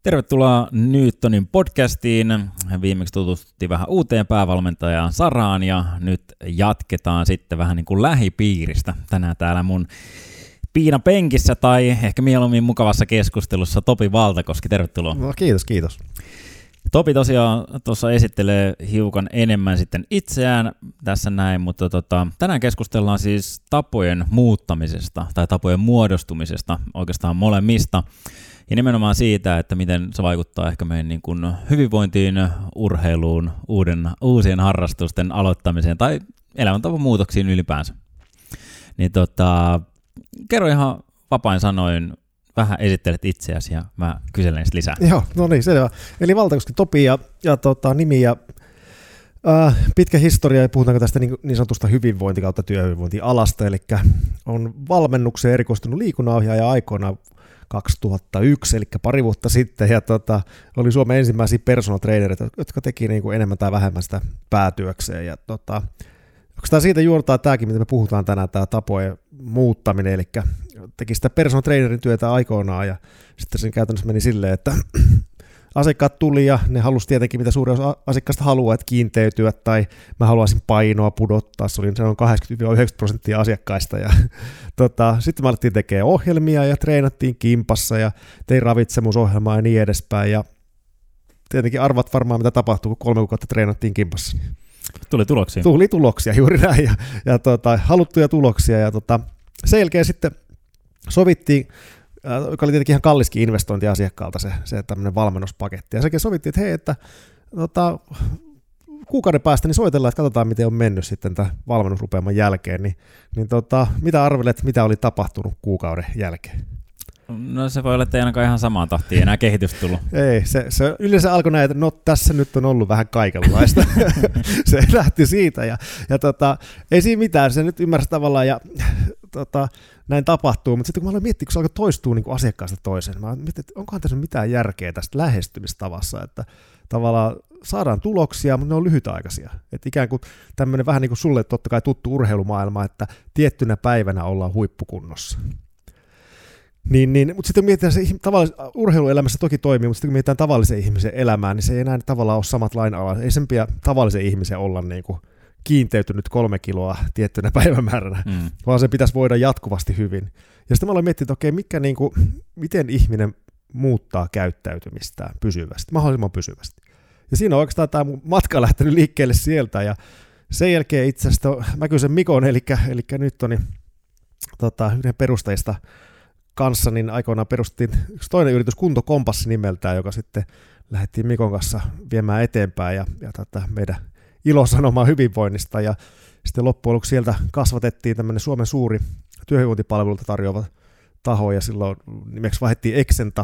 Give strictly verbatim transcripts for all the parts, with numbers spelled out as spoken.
Tervetuloa Newtonin podcastiin. Viimeksi tutustuttiin vähän uuteen päävalmentajaan Saraan ja nyt jatketaan sitten vähän niin kuin lähipiiristä. Tänään täällä mun piinapenkissä tai ehkä mieluummin mukavassa keskustelussa Topi Valtakoski. Tervetuloa. No, kiitos, kiitos. Topi tosiaan tuossa esittelee hiukan enemmän sitten itseään tässä näin, mutta tota, tänään keskustellaan siis tapojen muuttamisesta tai tapojen muodostumisesta, oikeastaan molemmista. Ja nimenomaan siitä, että miten se vaikuttaa ehkä meidän niin kuin hyvinvointiin, urheiluun, uuden, uusien harrastusten aloittamiseen tai elämäntavan muutoksiin ylipäänsä. Niin tota, kerro ihan vapain sanoin, vähän esittelet itseäsi ja mä kyselen sitä lisää. Joo, no niin, selvä. Eli Valtakoski Topi ja, ja tota, nimi ja äh, pitkä historia ja puhutaanko tästä niin, niin sanotusta hyvinvointi kautta työhyvinvointialasta, eli on valmennukseen erikoistunut liikunnanohjaaja aikoinaan kaksituhattayksi, eli pari vuotta sitten, ja tota, oli Suomen ensimmäisiä personal trainereita, jotka teki niin kuin enemmän tai vähemmän sitä päätyökseen. Ja tota, oikeastaan siitä juurtaa tämäkin, mitä me puhutaan tänään, tämä tapojen muuttaminen, eli teki sitä personal trainerin työtä aikoinaan, ja sitten sen käytännössä meni silleen, että asiakkaat tuli, ja ne halusi tietenkin, mitä suurin osa asiakkaista haluaa, että kiinteytyä, tai mä haluaisin painoa pudottaa, se oli noin kahdeksankymmentä yhdeksänkymmentä prosenttia asiakkaista, ja tota, sitten me alettiin tekemään ohjelmia, ja treenattiin kimpassa, ja tein ravitsemusohjelmaa ja niin edespäin, ja tietenkin arvat varmaan, mitä tapahtui, kun kolme kuukautta treenattiin kimpassa. Tuli tuloksia. Tuli tuloksia, juuri näin, ja, ja tota, haluttuja tuloksia, ja tota, sen jälkeen sitten sovittiin, joka oli tietenkin ihan kalliskin investointi asiakkaalta se, se tämmöinen valmennuspaketti. Ja sekin sovittiin, että hei, että tota, kuukauden päästä niin soitellaan, että katsotaan, miten on mennyt sitten tämän valmennusrupeaman jälkeen. Niin, niin tota, mitä arvelet, mitä oli tapahtunut kuukauden jälkeen? No se voi olla, että ei ainakaan ihan samaan tahtiin enää kehitys tullut. Ei, se, se yleensä alkoi näin, että no tässä nyt on ollut vähän kaikenlaista. Se lähti siitä ja, ja tota, ei siinä mitään, se nyt ymmärsi tavallaan ja tota, näin tapahtuu, mutta sitten kun mä aloin miettiä, kun se alkoi toistua niin kuin asiakkaasta toiseen, mä mietin, että onkohan tässä mitään järkeä tästä lähestymistavassa, että tavallaan saadaan tuloksia, mutta ne on lyhytaikaisia. Että ikään kuin tämmöinen vähän niin kuin sulle totta kai tuttu urheilumaailma, että tiettynä päivänä ollaan huippukunnossa. Niin, niin, mutta sitten kun mietitään, se tavallis- urheiluelämässä toki toimii, mutta sitten kun mietitään tavallisen ihmisen elämää, niin se ei enää tavallaan ole samat lainalaat. Ei sen pidä tavallisen ihmisen olla niin kuin kiinteytynyt kolme kiloa tiettynä päivämääränä, mm. vaan se pitäisi voida jatkuvasti hyvin. Ja sitten mä aloin miettiä, että okei, mikä, niin kuin, miten ihminen muuttaa käyttäytymistään pysyvästi, mahdollisimman pysyvästi. Ja siinä on oikeastaan tämä mun matka lähtenyt liikkeelle sieltä, ja sen jälkeen itse asiassa mä kysyn Mikon, eli, eli nyt on niin, tota, yhden perustajista kanssa, niin aikoinaan perustettiin yksi toinen yritys Kuntokompassi nimeltään, joka sitten lähdettiin Mikon kanssa viemään eteenpäin ja, ja tätä meidän ilosanomaa hyvinvoinnista ja sitten loppujen lopuksi sieltä kasvatettiin tämmöinen Suomen suuri työhyvinvointipalveluita tarjoava taho ja silloin nimeksi vaihdettiin Exenta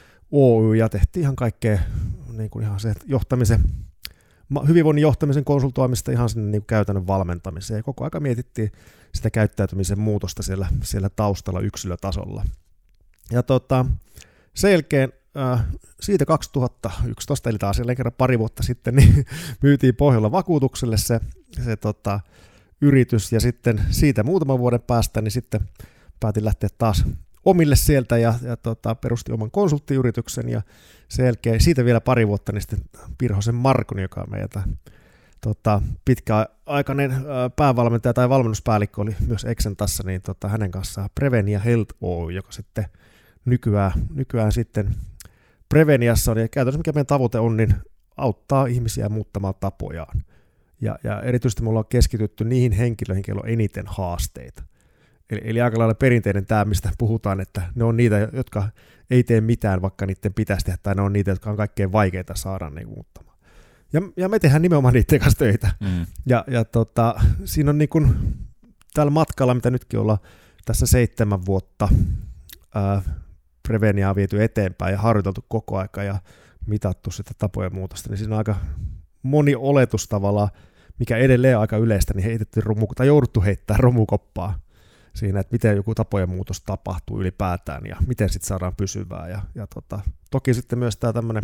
Oy ja tehtiin ihan kaikkea niin kuin ihan se johtamisen, hyvinvoinnin johtamisen konsultoimista ihan sinne niin kuin käytännön valmentamiseen ja koko aika mietittiin sitä käyttäytymisen muutosta siellä, siellä taustalla yksilötasolla. Ja tota, sen jälkeen äh, siitä kaksituhattayksitoista, eli taas jälleen kerran pari vuotta sitten, niin myytiin Pohjola Vakuutukselle se, se tota, yritys, ja sitten siitä muutaman vuoden päästä, niin sitten päätin lähteä taas omille sieltä, ja, ja tota, perustin oman konsulttiyrityksen, ja sen jälkeen siitä vielä pari vuotta, niin sitten Pirhosen Markun, joka on meidän Tota, pitkäaikainen ää, päävalmentaja tai valmennuspäällikkö oli myös Exentassa, niin tota, hänen kanssaan Prevenia Health Oy, joka sitten nykyään, nykyään sitten Preveniassa on, ja käytännössä mikä meidän tavoite on, niin auttaa ihmisiä muuttamaan tapojaan. Ja, ja erityisesti me ollaan keskitytty niihin henkilöihin, joilla on eniten haasteita. Eli, eli aika lailla perinteinen tämä, mistä puhutaan, että ne on niitä, jotka ei tee mitään, vaikka niiden pitäisi tehdä, tai ne on niitä, jotka on kaikkein vaikeita saada niin muuttamaan. Ja, ja me tehdään nimenomaan niiden kanssa töitä. Mm. Ja, ja tota, siinä on niin kuin tällä matkalla, mitä nytkin ollaan tässä seitsemän vuotta ää, Preveniaa viety eteenpäin ja harjoiteltu koko aika ja mitattu sitä tapojen muutosta, niin siinä on aika moni oletus tavallaan, mikä edelleen aika yleistä, niin heitetty romu, tai jouduttu heittämään romukoppaa siinä, että miten joku tapojen muutos tapahtuu ylipäätään ja miten sitten saadaan pysyvää. Ja, ja tota, toki sitten myös tämä tämmöinen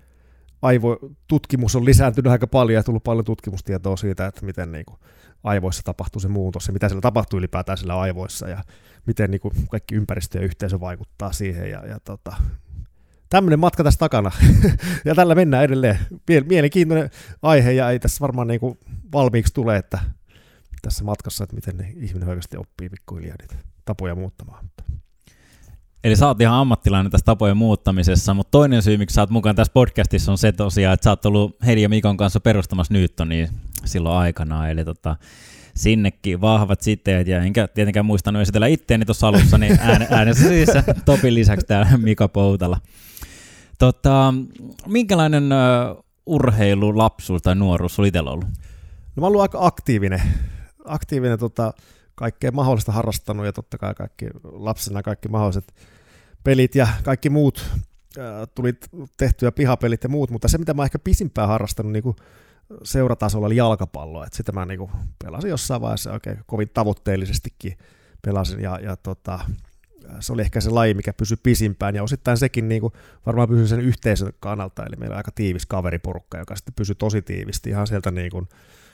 aivotutkimus on lisääntynyt aika paljon ja tullut paljon tutkimustietoa siitä, että miten niin kuin aivoissa tapahtuu se muutos ja mitä siellä tapahtuu ylipäätään siellä aivoissa ja miten niin kuin kaikki ympäristö ja yhteisö vaikuttaa siihen. Ja, ja tota, tämmöinen matka tässä takana, ja tällä mennään edelleen. Mielenkiintoinen aihe, ja ei tässä varmaan niin kuin valmiiksi tule, että tässä matkassa, että miten ne ihminen oikeasti oppii pikkuhiljaa niitä tapoja muuttamaan. Eli sä oot ihan ammattilainen tässä tapojen muuttamisessa, mutta toinen syy, miksi sä oot mukaan tässä podcastissa on se tosiaan, että sä oot ollut Heidi ja Mikon kanssa perustamassa Newtonia silloin aikanaan, eli tota, sinnekin vahvat siteet, ja enkä tietenkään muistanut esitellä itteeni tuossa alussa, niin ääne, äänessä siis Topin lisäksi täällä Mika Poutala. Tota, minkälainen uh, urheilu, lapsuus tai nuoruus sulla itsellä ollut? No mä oon ollut aika aktiivinen, aktiivinen tota, kaikkea mahdollista harrastanut, ja totta kai kaikki lapsena kaikki mahdolliset pelit ja kaikki muut äh, tuli tehtyä, pihapelit ja muut, mutta se mitä mä oon ehkä pisimpään harrastanut niin kuin seuratasolla oli jalkapalloa, että sitä mä niin kuin pelasin jossain vaiheessa oikein kovin tavoitteellisestikin pelasin, ja, ja tota, se oli ehkä se laji, mikä pysyi pisimpään, ja osittain sekin niin kuin varmaan pysyi sen yhteisön kannalta, eli meillä on aika tiivis kaveriporukka, joka sitten pysyi tosi tiivisti ihan sieltä niin kuin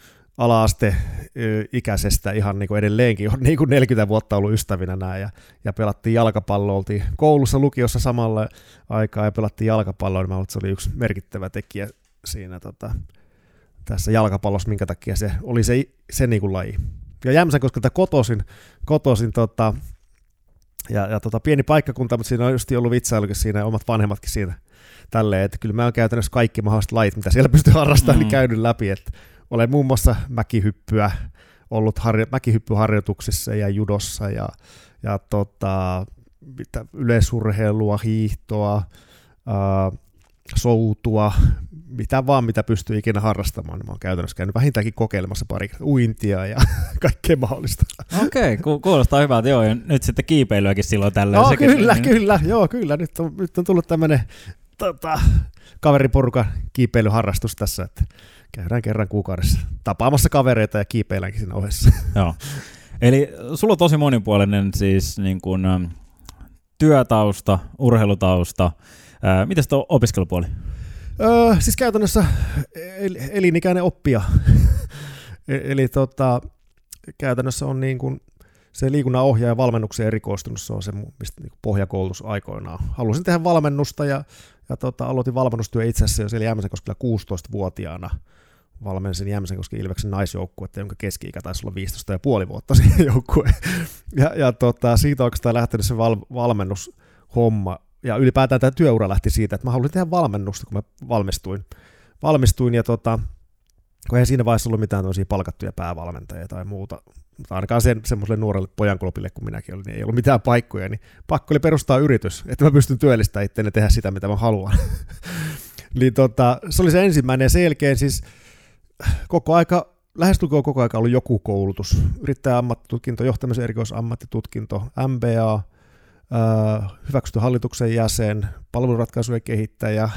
ala-aste-ikäisestä ihan niin kuin edelleenkin on niin kuin neljäkymmentä vuotta ollut ystävinä näin, ja, ja pelattiin jalkapalloa, oltiin koulussa, lukiossa samalla aikaa ja pelattiin jalkapalloa, niin mä luulen, että se oli yksi merkittävä tekijä siinä tota, tässä jalkapallossa, minkä takia se oli se, se niin kuin laji. Ja Jämsänkoskelta kotoisin, kotoisin tota, ja, ja tota, pieni paikkakunta, mutta siinä on just ollut vitsailukin siinä ja omat vanhemmatkin siinä tälleen, että kyllä mä oon käytännössä kaikki mahdolliset lajit, mitä siellä pystyy harrastamaan, mm. niin käynyt läpi, että olen muun muassa mäkihyppyä ollut harjo- mäkihyppyharjoituksissa ja judossa ja, ja tota, mitä, yleisurheilua, hiihtoa, ää, soutua, mitä vaan mitä pystyy ikinä harrastamaan. Mä oon käytännössä käynyt vähintäänkin kokeilemassa pari uintia ja kaikkea mahdollista. Okei, okay, kuulostaa hyvältä. Joo, ja nyt sitten kiipeilyäkin silloin tällöin. No, kyllä, niin. kyllä, joo, kyllä. Nyt on, nyt on tullut tämmöinen tota, kaveriporukan kiipeilyharrastus tässä, että käydään kerran kuukaudessa tapaamassa kavereita ja kiipeilläänkin siinä ohessa. Joo. Eli sulla on tosi monipuolinen siis niin kuin, ä, työtausta, urheilutausta. Ä, mitäs tuo opiskelupuoli? Öö, siis käytännössä el, elinikäinen oppija. Eli tota, käytännössä on niin kuin se liikunnan ohjaaja ja valmennukseen erikoistunut, se on se, mistä niin kuin pohjakoulutus aikoinaan. Halusin tehdä valmennusta ja, ja tota, aloitin valmennustyö itse asiassa jo siellä Jämsänkoskella kuusitoistavuotiaana. Valmensin Jämsänkosken Ilveksen naisjoukkuetta, jonka keski-ikä taisi olla viisitoista pilkku viisi vuotta siihen joukkueen. Ja, ja tota, siitä on oikeastaan lähtenyt se val, valmennushomma. Ja ylipäätään tämä työura lähti siitä, että mä halusin tehdä valmennusta, kun mä valmistuin. Valmistuin ja tota, kun ei siinä vaiheessa ollut mitään toisia palkattuja päävalmentajia tai muuta, mutta ainakaan sen, semmoiselle nuorelle pojanklopille, kun minäkin olin, niin ei ollut mitään paikkoja, niin pakko oli perustaa yritys, että mä pystyn työllistämään itseäni ja tehdä sitä, mitä mä haluan. Niin tota, se oli se ensimmäinen ja sen jälkeen siis koko aika, lähestulkoon koko aika ollut joku koulutus, yrittäjä ammattitutkinto, johtamisen erikoisammattitutkinto, M B A, äh, hyväksytty hallituksen jäsen, palveluratkaisujen kehittäjä,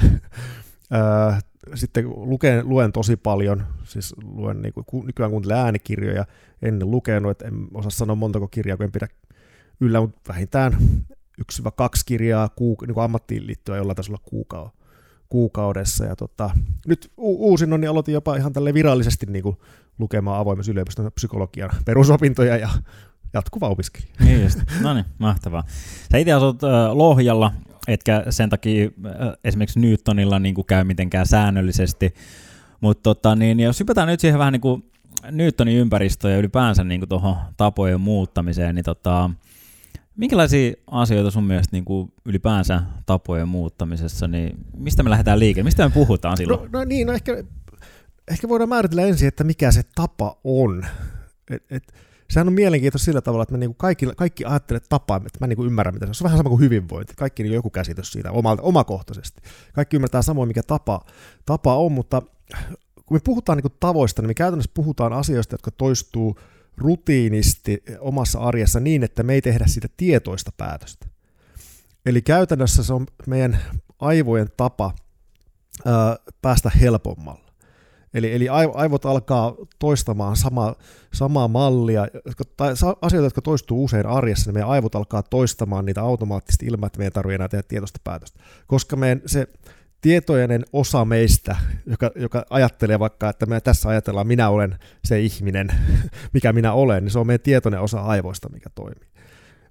äh, sitten luen, luen tosi paljon, siis luen niin kuin, nykyään kuuntelen äänikirjoja, ennen lukenut, että en osaa sanoa montako kirjaa, kun en pidä yllä, mutta vähintään yksi vai kaksi kirjaa kuuk- niin kuin ammattiin liittyen jollain tasolla kuukau- kuukaudessa. Ja tota, nyt u- uusinnon niin aloitin jopa ihan tälle virallisesti niin kuin lukemaan avoimessa yliopiston psykologian perusopintoja ja jatkuva opiskelija. Niin just. No niin, mahtavaa. Sä itse asut äh, Lohjalla, etkä sen takia äh, esimerkiksi Newtonilla niin kuin käy mitenkään säännöllisesti, mutta tota, niin, jos hypätään nyt siihen vähän niin kuin Newtonin ympäristöön ja ylipäänsä niin kuin tuohon tapojen muuttamiseen, niin tota, minkälaisia asioita sun mielestä niin kuin ylipäänsä tapojen muuttamisessa, niin mistä me lähdetään liikkeelle? Mistä me puhutaan silloin? No, no niin, no ehkä, ehkä voidaan määritellä ensin, että mikä se tapa on. Et, et, sehän on mielenkiintoista sillä tavalla, että me niinku kaikki, kaikki ajattelee tapaa, että mä niinku ymmärrän, mitä se on. Se on vähän sama kuin hyvinvointi. Kaikki on joku käsitys siitä omalta, omakohtaisesti. Kaikki ymmärtää samoin, mikä tapa, tapa on, mutta kun me puhutaan niinku tavoista, niin me käytännössä puhutaan asioista, jotka toistuu rutiinisti omassa arjessa niin, että me ei tehdä siitä tietoista päätöstä. Eli käytännössä se on meidän aivojen tapa ää, päästä helpommalla. Eli, eli aivot alkaa toistamaan sama, samaa mallia, tai asioita, jotka toistuu usein arjessa, niin meidän aivot alkaa toistamaan niitä automaattisesti ilman, että meidän ei tarvitse enää tehdä tietoista päätöstä. Koska meidän se tietoinen osa meistä, joka, joka ajattelee vaikka, että me tässä ajatellaan, minä olen se ihminen, mikä minä olen, niin se on meidän tietoinen osa aivoista, mikä toimii.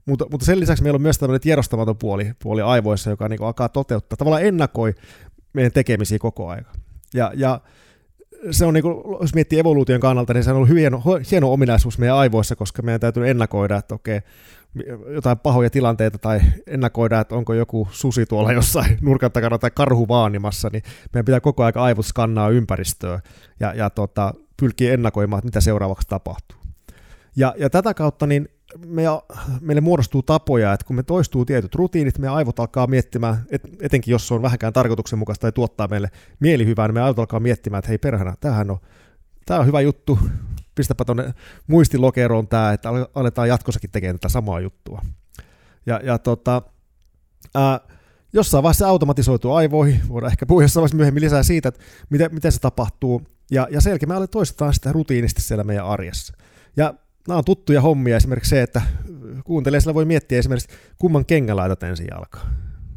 mutta, mutta sen lisäksi meillä on myös tämmöinen tiedostamaton puoli, puoli aivoissa, joka niin kuin alkaa toteuttaa, tavallaan ennakoi meidän tekemisiä koko ajan. Ja, ja se on, niin kuin, jos miettii evoluution kannalta, niin se on ollut hieno, hieno ominaisuus meidän aivoissa, koska meidän täytyy ennakoida, että okei, jotain pahoja tilanteita tai ennakoida, että onko joku susi tuolla jossain nurkan takana tai karhu vaanimassa, niin meidän pitää koko ajan aivot skannaa ympäristöä ja, ja tota, pyrkii ennakoimaan, että mitä seuraavaksi tapahtuu. Ja, ja tätä kautta niin me, meille muodostuu tapoja, että kun me toistuu tietyt rutiinit, meidän aivot alkaa miettimään, et, etenkin jos se on vähänkään tarkoituksenmukaista tai tuottaa meille mielihyvää, niin meidän aivot alkaa miettimään, että hei perhana, tämähän on, tämä on hyvä juttu, pistäpä tuonne muistilokeroon tämä, että aletaan jatkossakin tekemään tätä samaa juttua. Ja, ja tota, ää, jossain vaiheessa se automatisoituu aivoihin, voidaan ehkä puhua jossain vaiheessa myöhemmin lisää siitä, että miten, miten se tapahtuu, ja, ja sen jälkeen me aletaan toistetaan sitä rutiinisesti siellä meidän arjessa. Ja nämä on tuttuja hommia, esimerkiksi se, että kuuntelee, sillä voi miettiä esimerkiksi, kumman kengän laitat ensin jalkaan.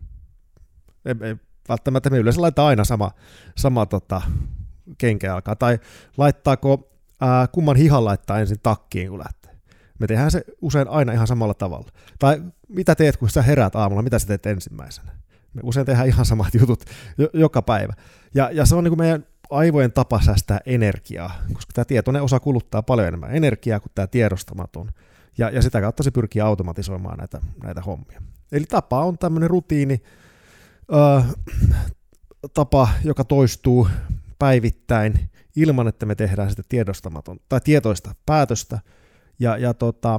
Ei, ei, välttämättä me yleensä laitetaan aina sama, sama tota, kenkä jalkaan, tai laittaako ää, kumman hihan laittaa ensin takkiin, kun lähtee. Me tehdään se usein aina ihan samalla tavalla. Tai mitä teet, kun sä heräät aamulla, mitä sä teet ensimmäisenä? Me usein tehdään ihan samat jutut jo, joka päivä. Ja, ja se on niin kuin meidän aivojen tapa säästää energiaa, koska tämä tietoinen osa kuluttaa paljon enemmän energiaa kuin tämä tiedostamaton. Ja, ja sitä kautta se pyrkii automatisoimaan näitä, näitä hommia. Eli tapa on tämmöinen rutiini, ö, tapa, joka toistuu päivittäin ilman, että me tehdään sitä tiedostamaton tai tietoista päätöstä. Ja, ja tota,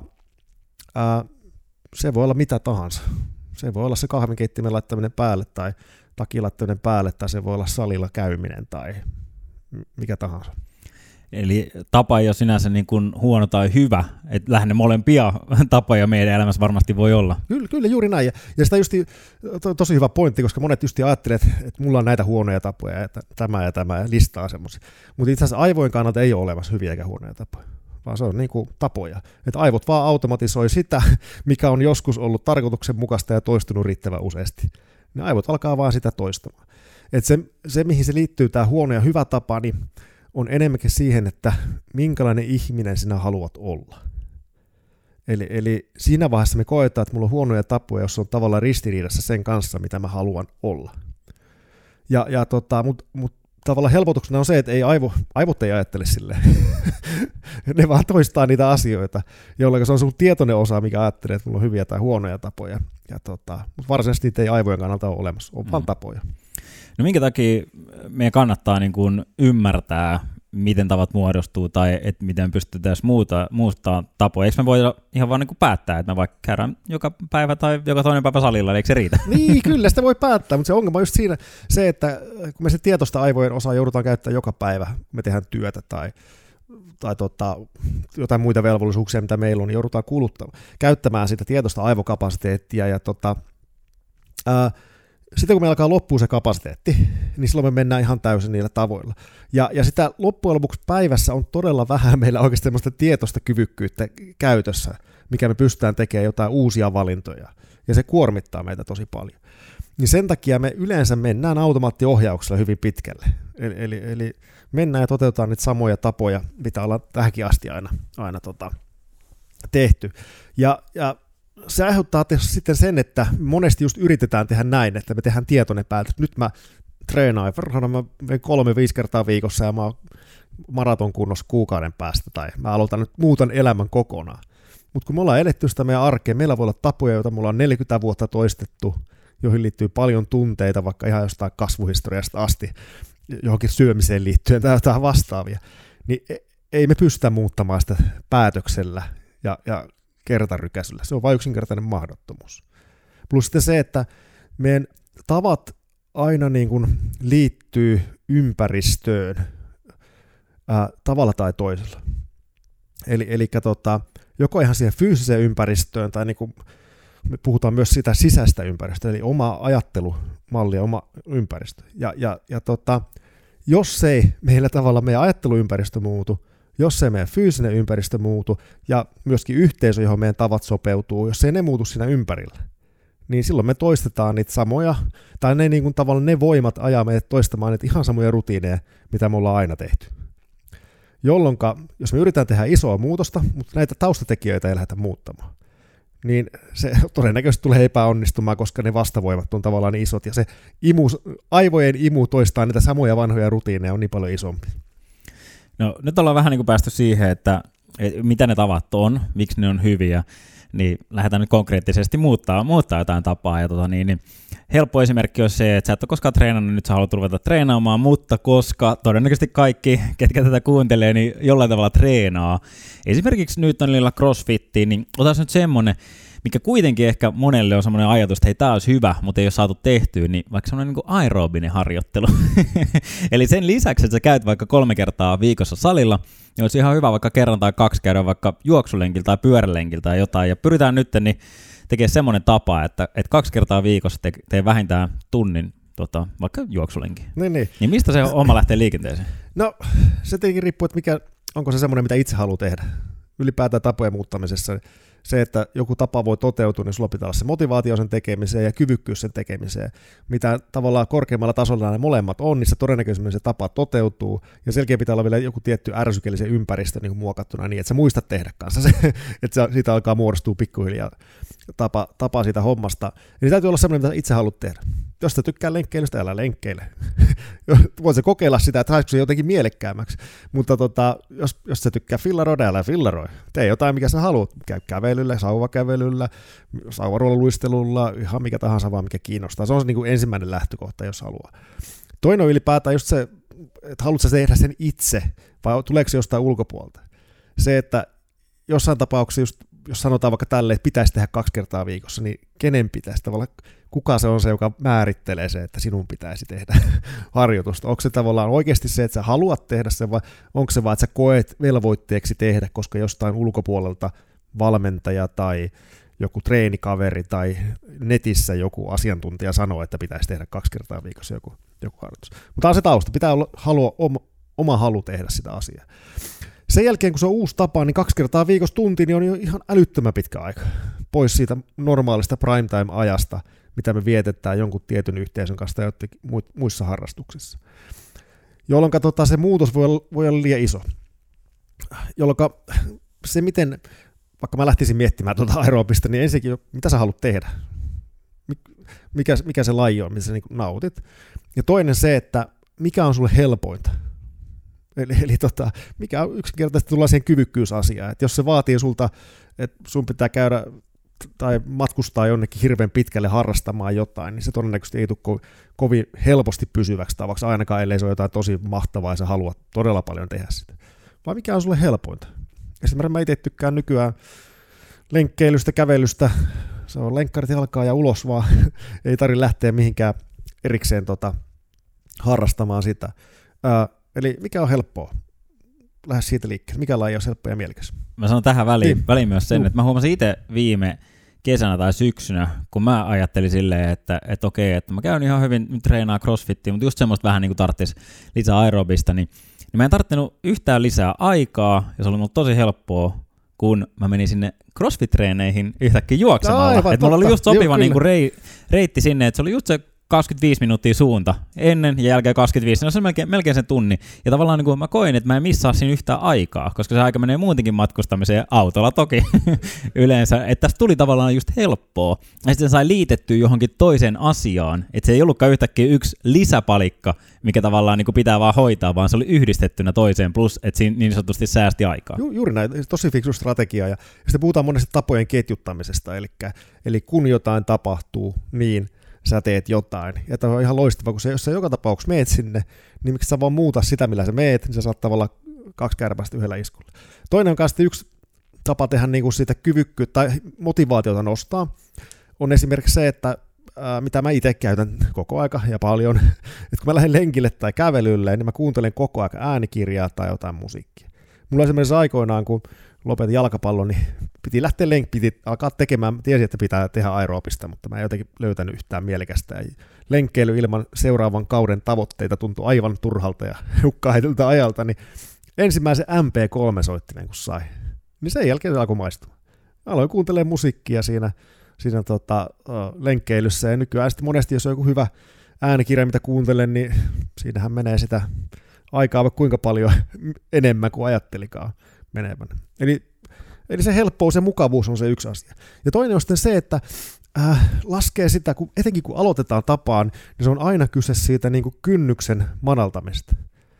ää, se voi olla mitä tahansa. Se voi olla se kahvinkeittimen laittaminen päälle tai takin laittaminen päälle, tai se voi olla salilla käyminen tai mikä tahansa. Eli tapa ei ole sinänsä niin kuin huono tai hyvä, että lähinnä molempia tapoja meidän elämässä varmasti voi olla. Kyllä, kyllä juuri näin. Ja, ja sitä justi, to, tosi hyvä pointti, koska monet just ajattelee, että, että mulla on näitä huonoja tapoja, ja tämä ja tämä, ja listaa semmoisia. Mutta itse asiassa aivojen kannalta ei ole olemassa hyviä eikä huonoja tapoja, vaan se on niin kuin tapoja. Että aivot vaan automatisoi sitä, mikä on joskus ollut tarkoituksenmukaista ja toistunut riittävän useasti. Ne aivot alkaa vaan sitä toistamaan. Että se, se, mihin se liittyy, tämä huono ja hyvä tapa, niin on enemmänkin siihen, että minkälainen ihminen sinä haluat olla. Eli, eli siinä vaiheessa me koetaan, että mulla on huonoja tapoja, jos on tavallaan ristiriidassa sen kanssa, mitä mä haluan olla. Ja, ja tota, Mutta mut, tavallaan helpotuksena on se, että ei aivo, aivot ei ajattele silleen. Ne vaan toistaa niitä asioita, jolloin se on sun tietoinen osa, mikä ajattelee, että mulla on hyviä tai huonoja tapoja. Ja tota, mutta varsinaisesti niitä ei aivojen kannalta ole olemassa, on mm. vaan tapoja. No minkä takia meidän kannattaa niin kuin ymmärtää, miten tavat muodostuu tai että miten pystytään muuta, muuttaa tapoja? Eikö me voida ihan vaan niin kuin päättää, että me vaikka käydään joka päivä tai joka toinen päivä salilla, eikö se riitä? Niin, kyllä sitä voi päättää, mutta se ongelma on just siinä se, että kun me se tietoista aivojen osaa joudutaan käyttämään joka päivä, kun me tehdään työtä tai, tai tota, jotain muita velvollisuuksia, mitä meillä on, niin joudutaan kuluttamaan, käyttämään sitä tietoista aivokapasiteettia ja tota, ää, sitten kun meillä alkaa loppua se kapasiteetti, niin silloin me mennään ihan täysin niillä tavoilla. Ja, ja sitä loppujen lopuksi päivässä on todella vähän meillä oikeasti semmoista tietoista kyvykkyyttä käytössä, mikä me pystytään tekemään jotain uusia valintoja. Ja se kuormittaa meitä tosi paljon. Niin sen takia me yleensä mennään automaattiohjauksella hyvin pitkälle. Eli, eli, eli mennään ja toteutetaan niitä samoja tapoja, mitä ollaan tähänkin asti aina, aina tota, tehty. Ja, ja se aiheuttaa sitten sen, että monesti just yritetään tehdä näin, että me tehdään tietoinen päätös. Nyt mä treenaan, varhaan mä kolme, viisi kertaa viikossa ja mä oon maraton kunnossa kuukauden päästä, tai mä aloitan nyt muutan elämän kokonaan. Mutta kun me ollaan eletty sitä meidän arkea, meillä voi olla tapoja, joita me ollaan neljäkymmentä vuotta toistettu, joihin liittyy paljon tunteita, vaikka ihan jostain kasvuhistoriasta asti, johonkin syömiseen liittyen tai jotain vastaavia, niin ei me pystytä muuttamaan sitä päätöksellä ja, ja kertarykäisyllä. Se on vain yksinkertainen mahdottomuus. Plus sitten se, että meidän tavat aina niin kuin liittyy ympäristöön ää, tavalla tai toisella. Eli, eli tota, joko ihan siihen fyysiseen ympäristöön, tai niin kuin me puhutaan myös sitä sisäistä ympäristöä, eli oma ajattelumalli ja oma ympäristö. Ja, ja, ja tota, jos ei meillä tavalla meidän ajatteluympäristö muutu, jos ei meidän fyysinen ympäristö muutu ja myöskin yhteisö, johon meidän tavat sopeutuu, jos ei ne muutu siinä ympärillä, niin silloin me toistetaan niitä samoja, tai ne, niin kuin tavallaan ne voimat ajaa meidät toistamaan niitä ihan samoja rutiineja, mitä me ollaan aina tehty. Jolloin, jos me yritetään tehdä isoa muutosta, mutta näitä taustatekijöitä ei lähdetä muuttamaan, niin se todennäköisesti tulee epäonnistumaan, koska ne vastavoimat on tavallaan niin isot, ja se imu, aivojen imu toistaa niitä samoja vanhoja rutiineja on niin paljon isompi. No nyt ollaan vähän niin kuin päästy siihen, että, että mitä ne tavat on, miksi ne on hyviä, niin lähdetään nyt konkreettisesti muuttaa, muuttaa jotain tapaa. Ja tota niin, niin helppo esimerkki on se, että sä et ole koskaan treenannut, nyt sä haluat ruveta treenaamaan, mutta koska todennäköisesti kaikki, ketkä tätä kuuntelee, niin jollain tavalla treenaa. Esimerkiksi Newtonilla CrossFittiin, niin otas nyt semmonen, mikä kuitenkin ehkä monelle on semmoinen ajatus, että hei, tää olisi hyvä, mutta ei ole saatu tehtyä, niin vaikka semmoinen niin kuin aerobinen harjoittelu. Eli sen lisäksi, että sä käyt vaikka kolme kertaa viikossa salilla, niin olisi ihan hyvä vaikka kerran tai kaksi käydä vaikka juoksulenkillä tai pyörälenkillä tai jotain. Ja pyritään nyt niin tekemään semmoinen tapa, että, että kaksi kertaa viikossa te, tee vähintään tunnin tota, vaikka juoksulenkin. Niin, niin. Niin mistä se oma lähtee liikenteeseen? No se tietenkin riippuu, että mikä, onko se semmoinen, mitä itse haluaa tehdä. Ylipäätään tapojen muuttamisessa se, että joku tapa voi toteutua, niin sulla pitää olla se motivaatio sen tekemiseen ja kyvykkyys sen tekemiseen. Mitä tavallaan korkeammalla tasolla ne molemmat on, niin se todennäköisemmin se tapa toteutuu, ja selkeä pitää olla vielä joku tietty ärsykellisen ympäristö niin kuin muokattuna niin, että sä muistat tehdä kanssa se, että siitä alkaa muodostua pikkuhiljaa tapa, tapa siitä hommasta. Eli täytyy olla semmoinen, mitä itse haluat tehdä. Jos sä tykkää lenkkeilystä, älä lenkkeile. Voit se kokeilla sitä, että saisiko se jotenkin mielekkäämmäksi, mutta tota, jos, jos sä tykkää fillaroida, älä fillaroi. Tee jotain, mikä sä haluat. Käy kävelyllä, sauvakävelyllä, sauvaruolaluistelulla, ihan mikä tahansa vaan, mikä kiinnostaa. Se on se niin kuin ensimmäinen lähtökohta, jos haluaa. Toinen on ylipäätään just se, että haluatko sä tehdä sen itse, vai tuleeko se jostain ulkopuolelta. Se, että jossain tapauksessa just jos sanotaan vaikka tälleen, että pitäisi tehdä kaksi kertaa viikossa, niin kenen pitäisi tavallaan, kuka se on se, joka määrittelee se, että sinun pitäisi tehdä harjoitusta? Onko se tavallaan oikeasti se, että sä haluat tehdä sen, vai onko se vaan, että sä koet velvoitteeksi tehdä, koska jostain ulkopuolelta valmentaja tai joku treenikaveri tai netissä joku asiantuntija sanoo, että pitäisi tehdä kaksi kertaa viikossa joku, joku harjoitus. Mutta on se tausta, pitää olla halua, oma, oma halu tehdä sitä asiaa. Sen jälkeen, kun se on uusi tapa, niin kaksi kertaa viikossa tunti, niin on jo ihan älyttömän pitkä aika. Pois siitä normaalista primetime-ajasta, mitä me vietetään jonkun tietyn yhteisön kanssa tai jotenkin muissa harrastuksissa. Jolloin tota, se muutos voi olla, voi olla liian iso. Jolloin se, miten, vaikka mä lähtisin miettimään tuota aerobista, niin ensinnäkin, mitä sä haluat tehdä? Mikä, mikä se laji on, missä sä niin nautit? Ja toinen se, että mikä on sulle helpointa? Eli, eli tota, mikä on yksinkertaisesti tullaan siihen kyvykkyysasiaan, että jos se vaatii sulta, että sun pitää käydä tai matkustaa jonnekin hirveän pitkälle harrastamaan jotain, niin se todennäköisesti ei tule ko- kovin helposti pysyväksi tavaksi, ainakaan ellei se ole jotain tosi mahtavaa ja sä haluat todella paljon tehdä sitä. Vai mikä on sulle helpointa? Esimerkiksi mä itse tykkään nykyään lenkkeilystä, kävelystä, se on lenkkarit jalkaa ja ulos vaan, ei tarvitse lähteä mihinkään erikseen tota, harrastamaan sitä. Ää, Eli mikä on helppoa? Lähde siitä liikkeelle. Mikä laji on helppo ja mielekäs? Mä sanon tähän väliin, niin. väliin myös sen, Juh. että mä huomasin itse viime kesänä tai syksynä, kun mä ajattelin silleen, että, että okei, että mä käyn ihan hyvin nyt treenaa crossfittia, mutta just semmoista vähän niin kuin tarvitsisi lisää aerobista, niin, niin mä en tarvittanut yhtään lisää aikaa, ja se oli mulle tosi helppoa, kun mä menin sinne crossfit-treeneihin yhtäkkiä juoksemalla. Aivan, että mulla oli just sopiva Juh, niin kuin rei, reitti sinne, että se oli just se kaksikymmentäviisi minuuttia suunta, ennen ja jälkeen kaksikymmentäviisi, no se on melkein, melkein sen tunni. Ja tavallaan niin kuin mä koin, että mä en missaa siinä yhtään aikaa, koska se aika menee muutenkin matkustamiseen autolla toki yleensä. Että tästä tuli tavallaan just helppoa. Ja sitten sai liitettyä johonkin toiseen asiaan, että se ei ollutkaan yhtäkkiä yksi lisäpalikka, mikä tavallaan niin kuin pitää vaan hoitaa, vaan se oli yhdistettynä toiseen, plus että siinä niin sanotusti säästi aikaa. Ju, juuri näin, tosi fiksu strategia. Ja sitten puhutaan monesti tapojen ketjuttamisesta, eli, eli kun jotain tapahtuu, niin sä teet jotain. Ja tämä on ihan loistava, kun se, jos sä joka tapauksessa meet sinne, niin miksi sä vaan muuta sitä, millä sä meet, niin sä saat tavallaan kaksi kärpästä yhdellä iskulla. Toinen on kanssa yksi tapa tehdä niin kuin siitä kyvykkyyttä tai motivaatiota nostaa, on esimerkiksi se, että ää, mitä mä itse käytän koko aika ja paljon, että kun mä lähden lenkille tai kävelylle, niin mä kuuntelen koko ajan äänikirjaa tai jotain musiikkia. Mulla esimerkiksi aikoinaan, kun lopetin jalkapallon, niin piti lähteä lenk, piti alkaa tekemään, tiesin, että pitää tehdä aerobista, mutta mä en jotenkin löytänyt yhtään mielekästä. Lenkkeily ilman seuraavan kauden tavoitteita tuntui aivan turhalta ja hukkaheityltä ajalta, niin ensimmäisen M P kolme soittimen kun sai, niin sen jälkeen se alkoi maistua. Aloin kuuntelemaan musiikkia siinä, siinä tota, lenkkeilyssä, ja nykyään sitten monesti, jos on joku hyvä äänikirja, mitä kuuntelen, niin siinähän menee sitä aikaa kuinka paljon enemmän kuin ajattelikaan menevän. Eli Eli se helppous ja mukavuus on se yksi asia. Ja toinen on sitten se, että äh, laskee sitä, kun, etenkin kun aloitetaan tapaan, niin se on aina kyse siitä niin kuin kynnyksen madaltamista.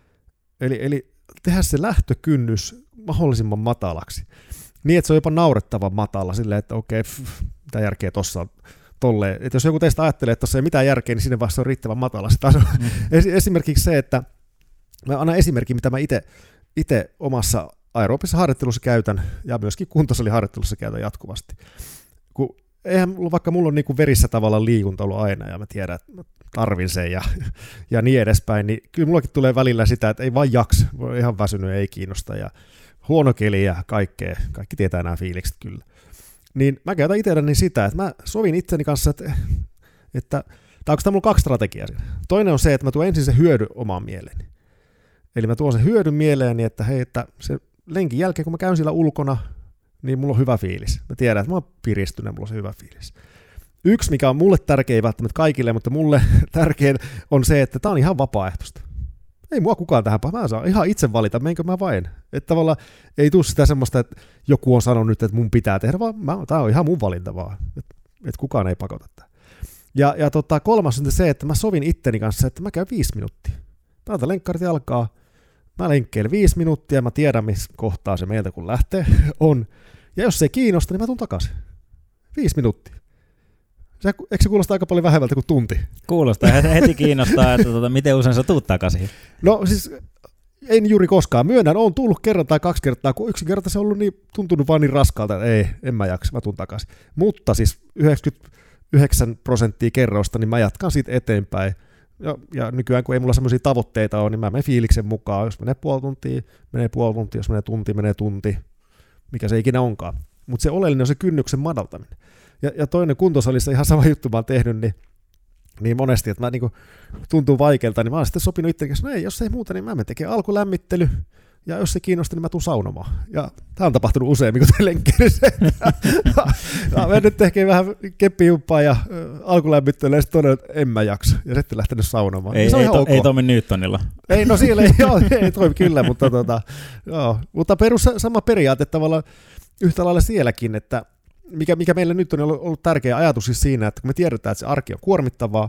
Eli, eli tehdä se lähtökynnys mahdollisimman matalaksi. Niin, että se on jopa naurettavan matala silleen, että okei, pff, mitä järkeä tuossa on tolleen. Että jos joku teistä ajattelee, että tuossa ei mitään järkeä, niin sinne vaiheessa on riittävän matala se taso. Mm. Esimerkiksi se, että mä annan esimerkki, mitä mä itse omassa aerobisessa harjoittelussa käytän ja myöskin kuntosaliharjoittelussa käytän jatkuvasti. Kun, eihän vaikka mulla on niin kuin verissä tavallaan liikunta ollut aina ja mä tiedän, että mä tarvin sen ja, ja niin edespäin, niin kyllä mullakin tulee välillä sitä, että ei vaan jaksa, voi ihan väsynyt, ei kiinnosta ja huono keli ja kaikkea, kaikki tietää nämä fiilikset kyllä. Niin mä käytän itselläni sitä, että mä sovin itseni kanssa, että, että tai onko tämä mulla kaksi strategiaa siinä. Toinen on se, että mä tuon ensin se hyödy omaan mieleeni. Eli mä tuon sen hyödyn mieleeni, että hei, että se lenkin jälkeen, kun mä käyn siellä ulkona, niin mulla on hyvä fiilis. Mä tiedän, että mä oon piristynyt ja mulla on se hyvä fiilis. Yksi, mikä on mulle tärkeä, ei välttämättä kaikille, mutta mulle tärkein on se, että tää on ihan vapaaehtoista. Ei mua kukaan tähän paha. Mä saan ihan itse valita, menkö mä vain. Että tavallaan ei tule sitä semmoista, että joku on sanonut nyt, että mun pitää tehdä, vaan mä, tää on ihan mun valinta vaan. Että et kukaan ei pakota tätä. Ja, ja tota, kolmas on se, että mä sovin itteni kanssa, että mä käyn viisi minuuttia. Täältä lenkkarit alkaa. Mä lenkkeilen viisi minuuttia, mä tiedän, missä kohtaa se meiltä kun lähtee on. Ja jos se ei kiinnosta, niin mä tuun takaisin. Viisi minuuttia. Se, eikö se kuulosta aika paljon vähemmältä kuin tunti? Kuulostaa. Heti kiinnostaa, että tuota, miten usein sä tuut takaisin. No siis en juuri koskaan. Myönnän, on tullut kerran tai kaksi kertaa, kun yksinkertaisesti se on ollut niin, tuntunut vaan niin raskalta, että ei, en mä jaksa, mä tuun takaisin. Mutta siis yhdeksänkymmentäyhdeksän prosenttia kerroista, niin mä jatkan siitä eteenpäin. Ja, ja nykyään, kun ei mulla semmoisia tavoitteita ole, niin mä menen fiiliksen mukaan. Jos menee puoli tuntia, menee puoli tuntia, jos menee tunti, menee tunti, mikä se ikinä onkaan. Mutta se oleellinen on se kynnyksen madaltaminen. Ja, ja toinen kuntosalissa ihan sama juttu mä oon tehnyt, niin, niin monesti, että mä niinku tuntuu vaikealta, niin mä oon sitten sopinut itsekin, että no ei, jos ei muuta, niin mä menen tekemään alkulämmittely, ja jos se kiinnostaa, niin mä tuun saunomaan. Ja tää on tapahtunut useammin kuin lenkkeilyssä. Mä oon nyt tekemään vähän keppijumppaa ja alkulämmittelyä, ja sitten todella, että en mä jaksa, ja sitten lähtenyt saunomaan. Ei, ei, to, okay. ei toimi Newtonilla. Ei, no siellä ei, joo, ei toimi kyllä, mutta, tota, joo, mutta perus sama periaate tavallaan yhtä lailla sielläkin, että Mikä, mikä meille nyt on ollut tärkeä ajatus siis siinä, että kun me tiedetään, että se arki on kuormittavaa,